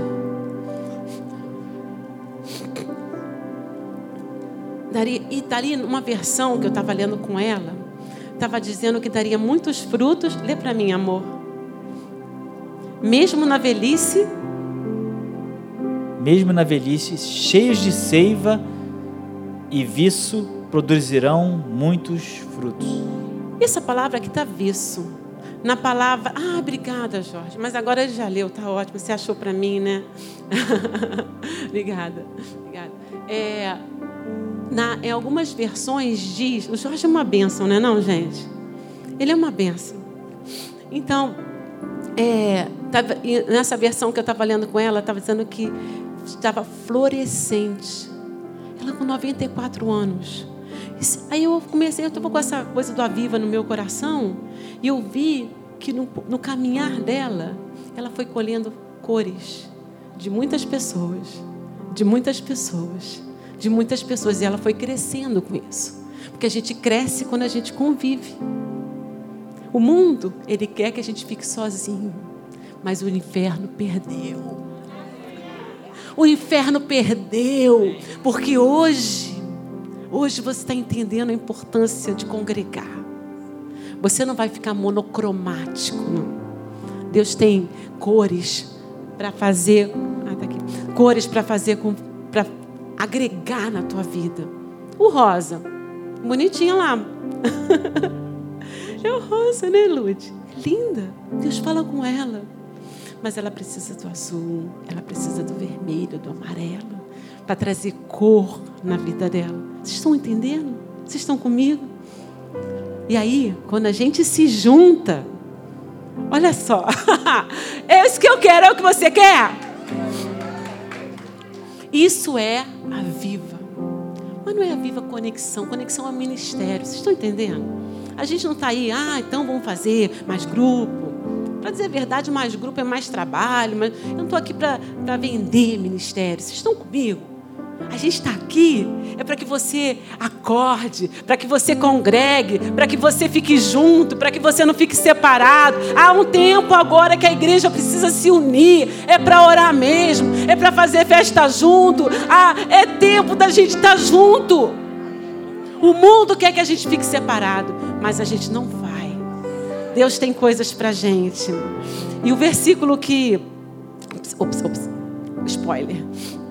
E estaria numa versão que eu estava lendo com ela, estava dizendo que daria muitos frutos. Lê para mim, amor. Mesmo na velhice, cheios de seiva e viço, produzirão muitos frutos. Essa palavra aqui está viço. Na palavra... obrigada, Jorge. Mas agora ele já leu, está ótimo. Você achou para mim, né? Obrigada. Em algumas versões diz... O Jorge é uma bênção, não é não, gente? Ele é uma bênção. Então, nessa versão que eu estava lendo com ela, estava dizendo que estava florescente. Ela com 94 anos. Aí eu estava com essa coisa do Aviva no meu coração, e eu vi que no caminhar dela, ela foi colhendo cores de muitas pessoas, e ela foi crescendo com isso. Porque a gente cresce quando a gente convive. O mundo, ele quer que a gente fique sozinho, mas o inferno perdeu. O inferno perdeu, porque hoje você está entendendo a importância de congregar. Você não vai ficar monocromático, não. Deus tem cores para fazer, para agregar na tua vida. O rosa, bonitinha lá. É o rosa, né, Lud? Linda. Deus fala com ela. Mas ela precisa do azul, ela precisa do vermelho, do amarelo, para trazer cor na vida dela. Vocês estão entendendo? Vocês estão comigo? E aí, quando a gente se junta, olha só, é isso que eu quero, é o que você quer? Isso é a Viva. Mas não é a Viva Conexão. Conexão é ministério. Vocês estão entendendo? A gente não está aí, então vamos fazer mais grupo. Para dizer a verdade, mais grupo é mais trabalho. Mas eu não estou aqui para vender ministério. Vocês estão comigo? A gente está aqui é para que você acorde, para que você congregue, para que você fique junto, para que você não fique separado. Há um tempo agora que a igreja precisa se unir, é para orar mesmo, é para fazer festa junto. É tempo da gente estar junto. O mundo quer que a gente fique separado, mas a gente não vai. Deus tem coisas para a gente. E o versículo que... Spoiler.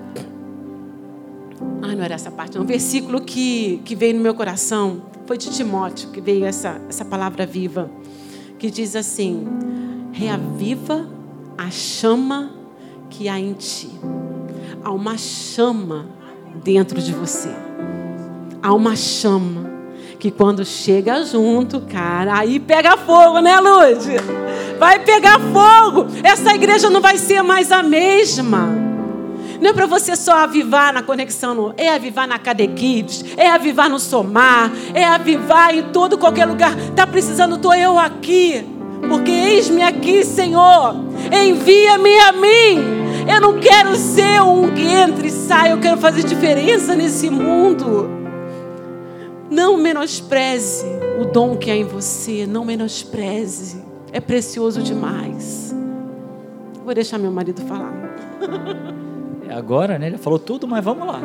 Não era essa parte, não. O versículo que veio no meu coração foi de Timóteo, que veio essa palavra viva, que diz assim: reaviva a chama que há em ti. Há uma chama dentro de você. Há uma chama que quando chega junto, cara, aí pega fogo, né, Luz? Vai pegar fogo. Essa igreja não vai ser mais a mesma. Não é para você só avivar na conexão, não. É avivar na Cadequids, é avivar no Somar, é avivar em todo, qualquer lugar. Está precisando, estou eu aqui. Porque eis-me aqui, Senhor. Envia-me a mim. Eu não quero ser um que entra e sai. Eu quero fazer diferença nesse mundo. Não menospreze o dom que há em você. Não menospreze. É precioso demais. Vou deixar meu marido falar. Agora, né? Ele falou tudo, mas vamos lá.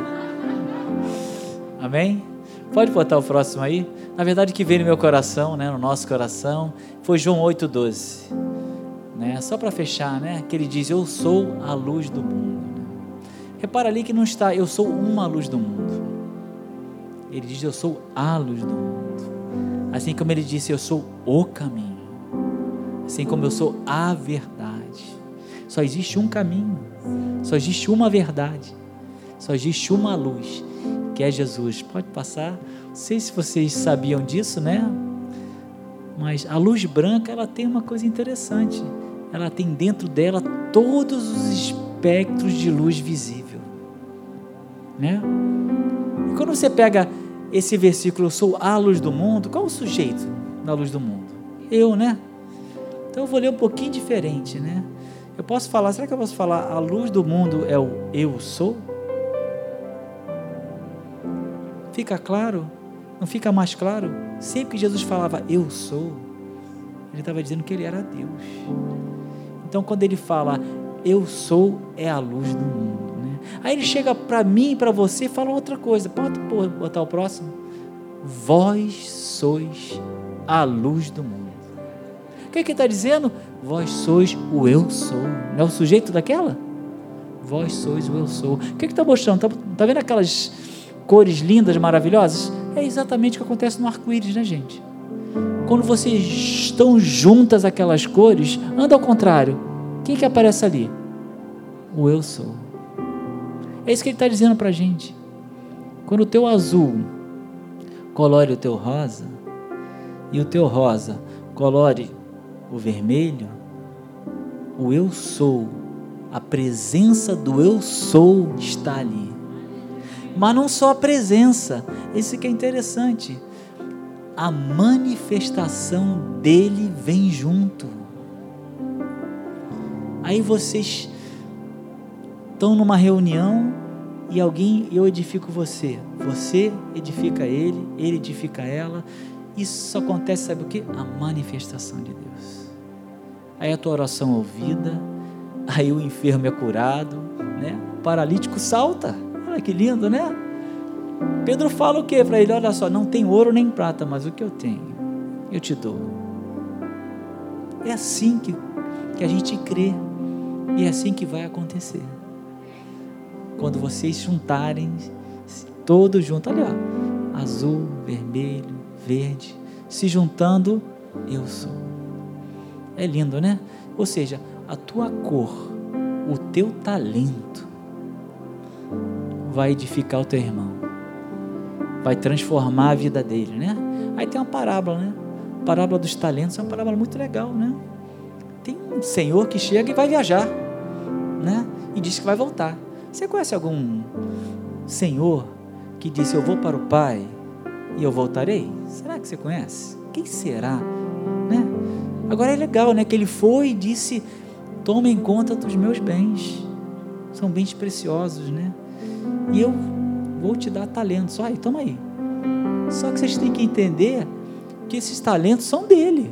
Amém? Pode botar o próximo aí. Na verdade, o que veio no meu coração, né? No nosso coração, foi João 8,12. Né? Só para fechar, né? Que ele diz: eu sou a luz do mundo. Repara ali que não está, eu sou uma luz do mundo. Ele diz: eu sou a luz do mundo. Assim como ele disse: eu sou o caminho. Assim como eu sou a verdade. Só existe um caminho. Só existe uma verdade, só existe uma luz, que é Jesus. Pode passar. Não sei se vocês sabiam disso, né? Mas a luz branca, ela tem uma coisa interessante. Ela tem dentro dela todos os espectros de luz visível, né? E quando você pega esse versículo, eu sou a luz do mundo, qual é o sujeito da luz do mundo? Eu, né? Então eu vou ler um pouquinho diferente, né? Eu posso falar, será que eu posso falar, a luz do mundo é o eu sou? Fica claro? Não fica mais claro? Sempre que Jesus falava eu sou, ele estava dizendo que ele era Deus. Então quando ele fala eu sou, é a luz do mundo, né? Aí ele chega para mim e para você e fala outra coisa. Pode botar o próximo? Vós sois a luz do mundo. O que ele está dizendo? Vós sois o eu sou. Não é o sujeito daquela? Vós sois o eu sou. O que está mostrando? Está vendo aquelas cores lindas, maravilhosas? É exatamente o que acontece no arco-íris, né, gente? Quando vocês estão juntas aquelas cores, anda ao contrário. Quem que aparece ali? O eu sou. É isso que ele está dizendo para a gente. Quando o teu azul colore o teu rosa, e o teu rosa colore o vermelho, o eu sou, a presença do eu sou está ali. Mas não só a presença, isso que é interessante, a manifestação dele vem junto. Aí vocês estão numa reunião e eu edifico você edifica ele edifica ela. Isso só acontece, sabe o que? A manifestação de Deus. Aí a tua oração é ouvida, aí o enfermo é curado, né? O paralítico salta. Olha que lindo, né? Pedro fala o que para ele? Olha só, não tem ouro nem prata, mas o que eu tenho, eu te dou. É assim que a gente crê, e é assim que vai acontecer. Quando vocês juntarem, todos juntos, olha, azul, vermelho, verde, se juntando, eu sou. É lindo, né? Ou seja, a tua cor, o teu talento vai edificar o teu irmão, vai transformar a vida dele, né? Aí tem uma parábola, né? A parábola dos talentos é uma parábola muito legal, né? Tem um senhor que chega e vai viajar, né? E diz que vai voltar. Você conhece algum senhor que disse: eu vou para o Pai e eu voltarei? Será que você conhece? Quem será? Né? Agora é legal, né? Que ele foi e disse: tome em conta dos meus bens, são bens preciosos, né? E eu vou te dar talentos. Olha, toma aí. Só que vocês têm que entender que esses talentos são dele,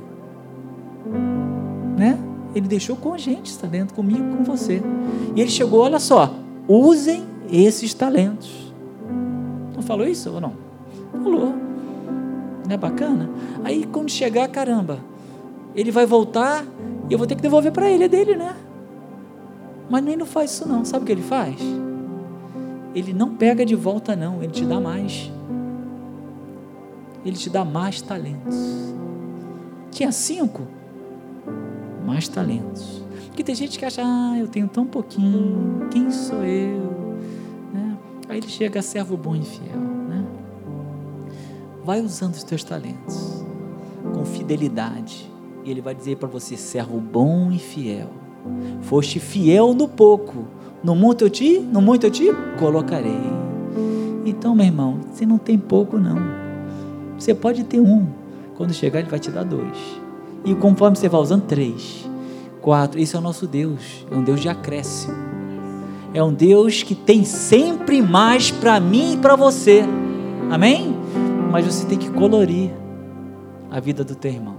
né? Ele deixou com a gente esse talento, comigo, com você. E ele chegou: olha só, usem esses talentos. Não falou isso ou não? Falou. Não é bacana? Aí quando chegar, caramba, ele vai voltar e eu vou ter que devolver para ele, é dele, né? Mas nem não faz isso não. Sabe o que ele faz? Ele não pega de volta não, ele te dá mais. Ele te dá mais talentos. Tinha 5, mais talentos. Porque tem gente que acha: eu tenho tão pouquinho, quem sou eu? Né? Aí ele chega: servo bom e fiel, né? Vai usando os teus talentos com fidelidade, e ele vai dizer para você: servo bom e fiel, foste fiel no pouco, no muito eu te colocarei. Então, meu irmão, você não tem pouco não, você pode ter 1, quando chegar ele vai te dar 2, e conforme você vai usando 3, 4, esse é o nosso Deus, é um Deus de acréscimo, é um Deus que tem sempre mais para mim e para você, amém? Mas você tem que colorir a vida do teu irmão,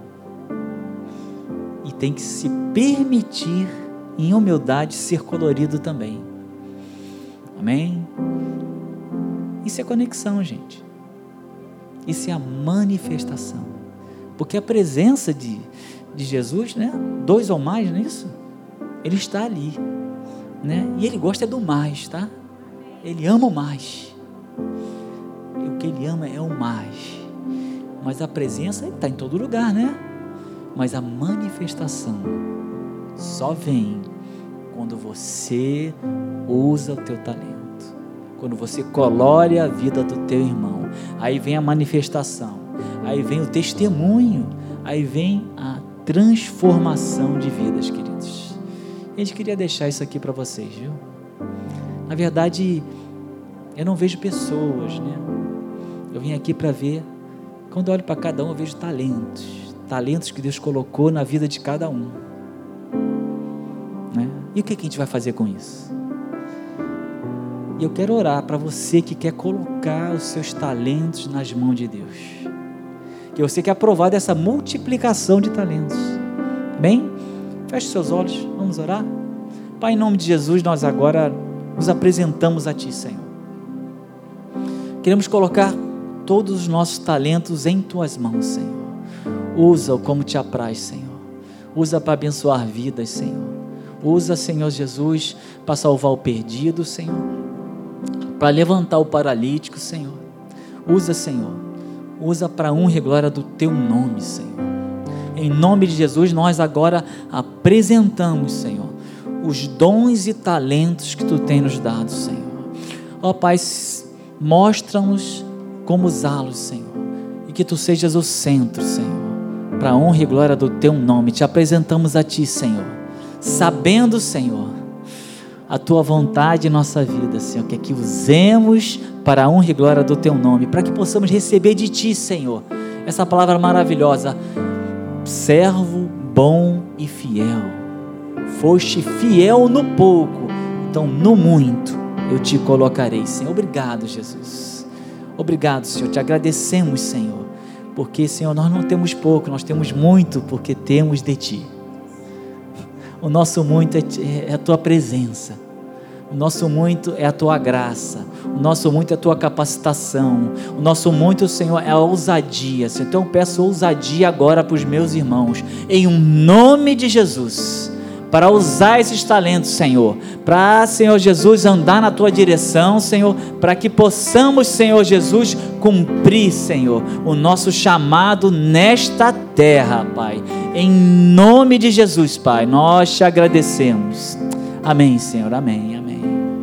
e tem que se permitir, em humildade, ser colorido também, amém? Isso é conexão, gente, isso é a manifestação, porque a presença de Jesus, né? 2 ou mais, não é isso? Ele está ali, né? E ele gosta do mais, tá? Ele ama o mais, e o que ele ama é o mais, mas a presença está em todo lugar, né? Mas a manifestação só vem quando você usa o teu talento, quando você colore a vida do teu irmão. Aí vem a manifestação, aí vem o testemunho, aí vem a transformação de vidas, queridos. A gente queria deixar isso aqui para vocês, viu? Na verdade, eu não vejo pessoas, né? Eu vim aqui para ver, quando eu olho para cada um, eu vejo talentos que Deus colocou na vida de cada um, né? E o que a gente vai fazer com isso? E eu quero orar para você que quer colocar os seus talentos nas mãos de Deus, que você quer provar dessa multiplicação de talentos. Bem, feche seus olhos, vamos orar. Pai, em nome de Jesus, nós agora nos apresentamos a Ti, Senhor. Queremos colocar todos os nossos talentos em Tuas mãos, Senhor. Usa-o como Te apraz, Senhor. Usa para abençoar vidas, Senhor. Usa, Senhor Jesus, para salvar o perdido, Senhor, para levantar o paralítico, Senhor. Usa, Senhor, usa para a honra e glória do Teu nome, Senhor. Em nome de Jesus, nós agora apresentamos, Senhor, os dons e talentos que Tu tem nos dado, Senhor. Ó Pai, mostra-nos como usá-los, Senhor, e que Tu sejas o centro, Senhor, para a honra e glória do Teu nome. Te apresentamos a Ti, Senhor, sabendo, Senhor, a Tua vontade em nossa vida, Senhor, que usemos para a honra e glória do Teu nome, para que possamos receber de Ti, Senhor, essa palavra maravilhosa: servo bom e fiel, foste fiel no pouco, então no muito eu Te colocarei, Senhor. Obrigado, Jesus, obrigado, Senhor, Te agradecemos, Senhor, porque, Senhor, nós não temos pouco, nós temos muito, porque temos de Ti. O nosso muito é a Tua presença, o nosso muito é a Tua graça, o nosso muito é a Tua capacitação, o nosso muito, Senhor, é a ousadia, Senhor. Então eu peço ousadia agora para os meus irmãos, em um nome de Jesus, para usar esses talentos, Senhor, para, Senhor Jesus, andar na Tua direção, Senhor, para que possamos, Senhor Jesus, cumprir, Senhor, o nosso chamado nesta terra, Pai. Em nome de Jesus, Pai, nós Te agradecemos. Amém, Senhor, amém, amém.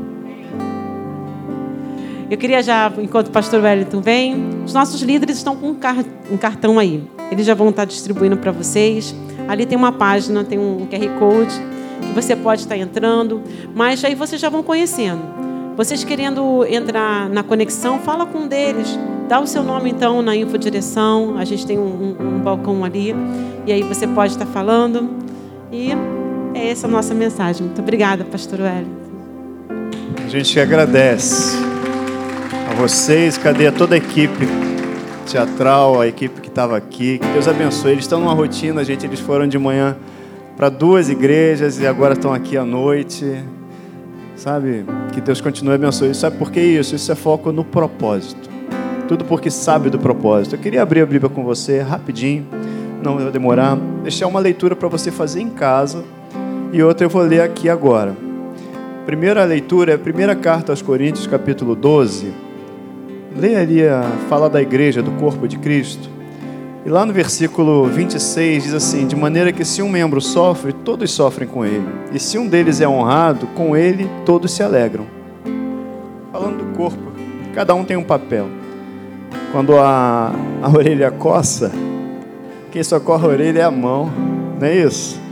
Eu queria já, enquanto o pastor Wellington vem, os nossos líderes estão com um cartão aí. Eles já vão estar distribuindo para vocês. Ali tem uma página, tem um QR Code, que você pode estar entrando, mas aí vocês já vão conhecendo. Vocês querendo entrar na conexão, fala com um deles. Dá o seu nome, então, na infodireção. A gente tem um balcão ali. E aí você pode estar falando. E é essa a nossa mensagem. Muito obrigada, pastor Wellington. A gente agradece a vocês. Cadê toda a equipe teatral, a equipe que estava aqui? Que Deus abençoe. Eles estão numa rotina, gente. Eles foram de manhã para 2 igrejas e agora estão aqui à noite. Sabe? Que Deus continue abençoando. Sabe por que isso? Isso é foco no propósito. Tudo porque sabe do propósito. Eu queria abrir a Bíblia com você rapidinho. Não vai demorar. Deixar uma leitura para você fazer em casa. E outra eu vou ler aqui agora. Primeira leitura é a primeira carta aos Coríntios, capítulo 12. Lê ali, fala da igreja, do corpo de Cristo. E lá no versículo 26 diz assim: de maneira que se um membro sofre, todos sofrem com ele. E se um deles é honrado, com ele todos se alegram. Falando do corpo, cada um tem um papel. Quando a orelha coça, quem socorre a orelha é a mão, não é isso?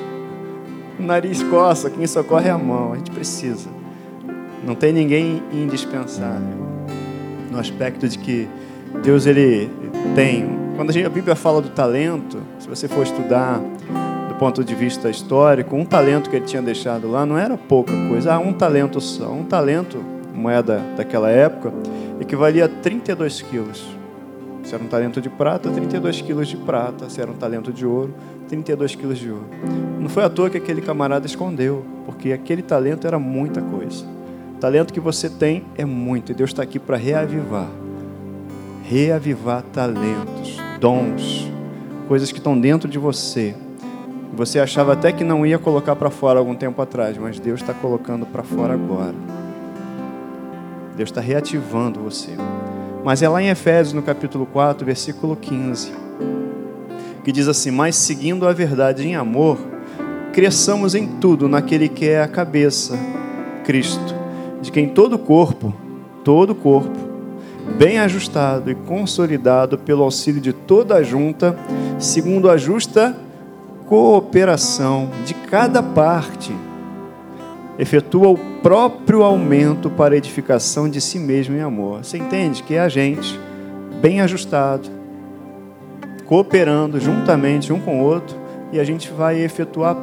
O nariz coça, quem socorre é a mão. A gente precisa. Não tem ninguém indispensável. No aspecto de que Deus, Ele tem... Quando a Bíblia fala do talento, se você for estudar do ponto de vista histórico, um talento que ele tinha deixado lá não era pouca coisa. Um talento só. Um talento, moeda daquela época, equivalia a 32 quilos. Se era um talento de prata, 32 quilos de prata. Se era um talento de ouro, 32 quilos de ouro. Não foi à toa que aquele camarada escondeu, porque aquele talento era muita coisa. O talento que você tem é muito, e Deus está aqui para reavivar. Reavivar talentos, dons, coisas que estão dentro de você. Você achava até que não ia colocar para fora algum tempo atrás, mas Deus está colocando para fora agora. Deus está reativando você. Mas é lá em Efésios, no capítulo 4, versículo 15, que diz assim: mas seguindo a verdade em amor, cresçamos em tudo naquele que é a cabeça, Cristo, de quem todo o corpo, bem ajustado e consolidado pelo auxílio de toda a junta, segundo a justa cooperação de cada parte, efetua o próprio aumento para a edificação de si mesmo em amor. Você entende que é a gente, bem ajustado, cooperando juntamente um com o outro, e a gente vai efetuar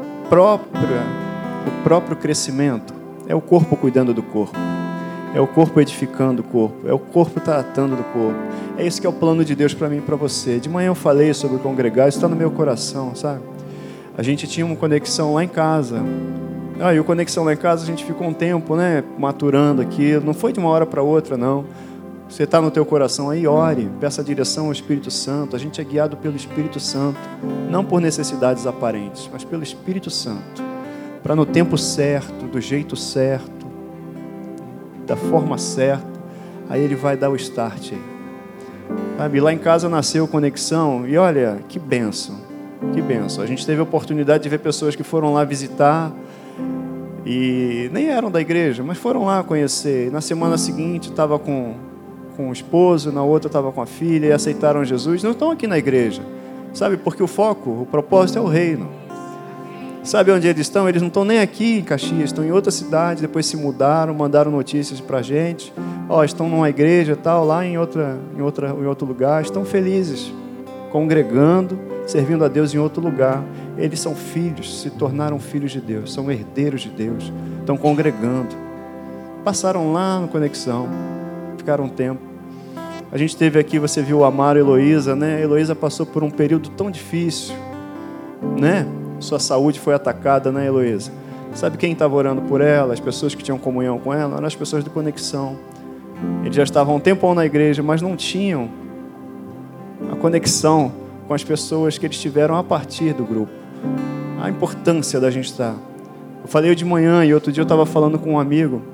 o próprio crescimento. É o corpo cuidando do corpo. É o corpo edificando o corpo. É o corpo tratando do corpo. É isso que é o plano de Deus para mim e para você. De manhã eu falei sobre congregar, isso está no meu coração, sabe? A gente tinha uma conexão lá em casa. E o conexão lá em casa a gente ficou um tempo, né, maturando aqui. Não foi de uma hora para outra, não. Você está no teu coração aí, ore. Peça a direção ao Espírito Santo. A gente é guiado pelo Espírito Santo. Não por necessidades aparentes, mas pelo Espírito Santo. Para no tempo certo, do jeito certo, da forma certa, aí Ele vai dar o start aí. Sabe, lá em casa nasceu Conexão e olha, que bênção, que bênção. A gente teve a oportunidade de ver pessoas que foram lá visitar e nem eram da igreja, mas foram lá conhecer. Na semana seguinte estava com o esposo, na outra estava com a filha e aceitaram Jesus. Não estão aqui na igreja, sabe, porque o foco, o propósito é o reino. Sabe onde eles estão? Eles não estão nem aqui em Caxias, estão em outra cidade, depois se mudaram, mandaram notícias para a gente. Estão numa igreja tal, lá em outro lugar, estão felizes, congregando, servindo a Deus em outro lugar. Eles são filhos, se tornaram filhos de Deus, são herdeiros de Deus, estão congregando. Passaram lá no Conexão, ficaram um tempo. A gente teve aqui, você viu o Amaro e a Heloísa, né? A Heloísa passou por um período tão difícil, né? Sua saúde foi atacada, né, Heloísa? Sabe quem estava orando por ela? As pessoas que tinham comunhão com ela eram as pessoas do Conexão. Eles já estavam um tempão na igreja, mas não tinham a conexão com as pessoas que eles tiveram a partir do grupo. A importância da gente estar. Eu falei de manhã e outro dia eu estava falando com um amigo,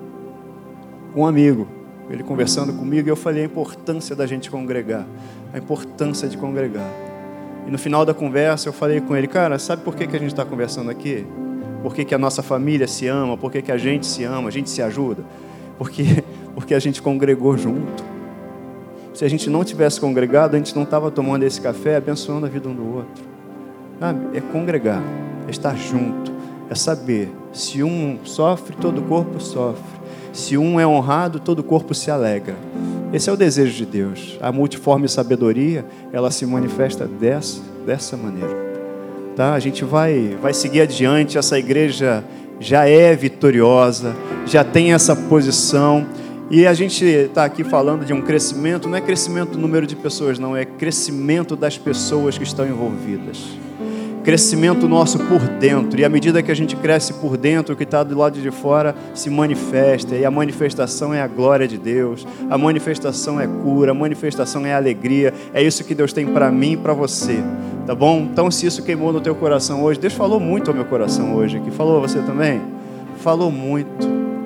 ele conversando comigo, e eu falei a importância da gente congregar, a importância de congregar. E no final da conversa eu falei com ele: cara, sabe por que a gente está conversando aqui? Por que a nossa família se ama? Por que a gente se ama? A gente se ajuda? Porque a gente congregou junto. Se a gente não tivesse congregado, a gente não estava tomando esse café, abençoando a vida um do outro. Sabe? É congregar, é estar junto, é saber, se um sofre, todo o corpo sofre. Se um é honrado, todo o corpo se alegra. Esse é o desejo de Deus. A multiforme sabedoria, ela se manifesta dessa maneira. Tá? A gente vai seguir adiante. Essa igreja já é vitoriosa, já tem essa posição. E a gente está aqui falando de um crescimento, não é crescimento do número de pessoas, não, é crescimento das pessoas que estão envolvidas. Crescimento nosso por dentro, e à medida que a gente cresce por dentro, o que está do lado de fora se manifesta, e a manifestação é a glória de Deus, a manifestação é cura, a manifestação é alegria, é isso que Deus tem para mim e para você, tá bom? Então, se isso queimou no teu coração hoje, Deus falou muito ao meu coração hoje aqui, falou a você também? Falou muito.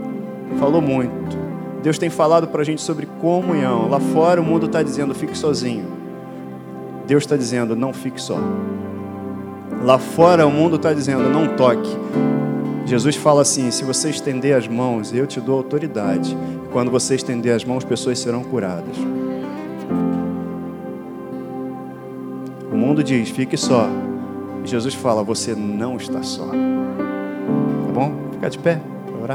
Deus tem falado para a gente sobre comunhão. Lá fora o mundo está dizendo, fique sozinho. Deus está dizendo, não fique só. Lá fora o mundo está dizendo, não toque. Jesus fala assim, se você estender as mãos, eu te dou autoridade. Quando você estender as mãos, pessoas serão curadas. O mundo diz, fique só. Jesus fala, você não está só. Tá bom? Fica de pé para orar.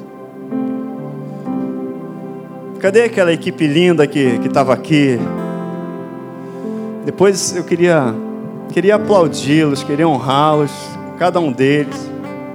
Cadê aquela equipe linda que estava aqui? Depois eu queria aplaudi-los, queria honrá-los, cada um deles.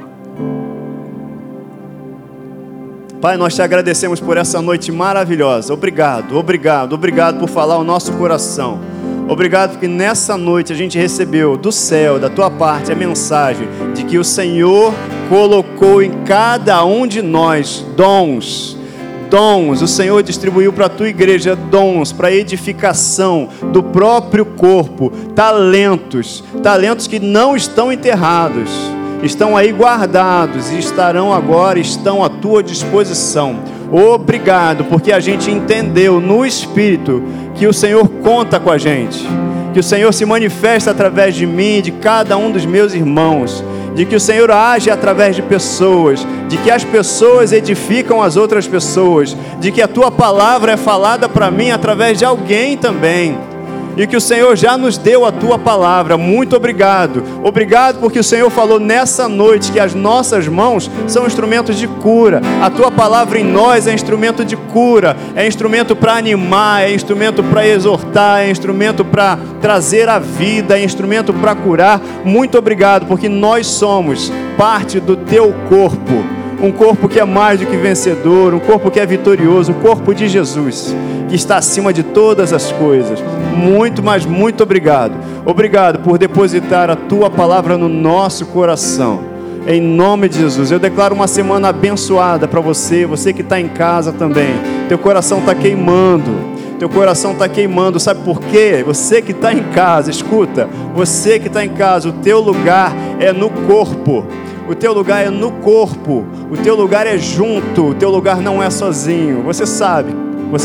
Pai, nós te agradecemos por essa noite maravilhosa. Obrigado por falar o nosso coração. Obrigado porque nessa noite a gente recebeu do céu, da tua parte, a mensagem de que o Senhor colocou em cada um de nós dons. O Senhor distribuiu para a tua igreja dons para edificação do próprio corpo, talentos que não estão enterrados, estão aí guardados e estão à tua disposição. Obrigado, porque a gente entendeu no Espírito que o Senhor conta com a gente, que o Senhor se manifesta através de mim e de cada um dos meus irmãos, de que o Senhor age através de pessoas, de que as pessoas edificam as outras pessoas, de que a tua palavra é falada para mim através de alguém também, e que o Senhor já nos deu a tua palavra. Muito obrigado porque o Senhor falou nessa noite que as nossas mãos são instrumentos de cura, a tua palavra em nós é instrumento de cura, é instrumento para animar, é instrumento para exortar, é instrumento para trazer a vida, é instrumento para curar. Muito obrigado, porque nós somos parte do teu corpo, um corpo que é mais do que vencedor, um corpo que é vitorioso, o corpo de Jesus, que está acima de todas as coisas. Muito obrigado. Obrigado por depositar a tua palavra no nosso coração. Em nome de Jesus, eu declaro uma semana abençoada para você que está em casa também. Teu coração está queimando, sabe por quê? Você que está em casa, escuta, você que está em casa, o teu lugar é no corpo. O teu lugar é no corpo, o teu lugar é junto, o teu lugar não é sozinho. Você sabe.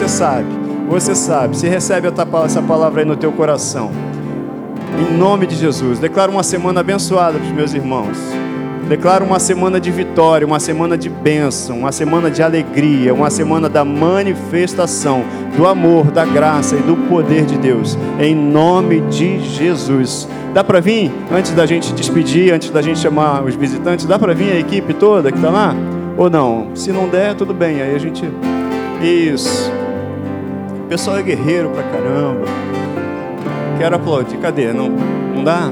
Você recebe essa palavra aí no teu coração. Em nome de Jesus, declaro uma semana abençoada para os meus irmãos. Declaro uma semana de vitória, uma semana de bênção, uma semana de alegria, uma semana da manifestação do amor, da graça e do poder de Deus. Em nome de Jesus. Dá para vir, antes da gente despedir, antes da gente chamar os visitantes, dá para vir a equipe toda que está lá? Ou não? Se não der, tudo bem, aí a gente... Isso. O pessoal é guerreiro pra caramba. Quero aplaudir. Cadê? Não dá?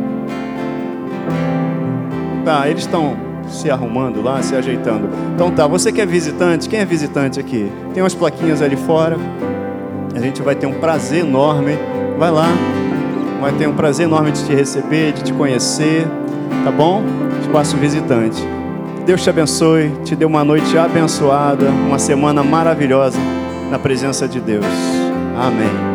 Tá, eles estão se arrumando lá, se ajeitando. Então tá, você que é visitante, quem é visitante aqui? Tem umas plaquinhas ali fora. A gente vai ter um prazer enorme. Vai lá. Vai ter um prazer enorme de te receber, de te conhecer. Tá bom? Espaço visitante. Deus te abençoe, te dê uma noite abençoada, uma semana maravilhosa na presença de Deus. Amém.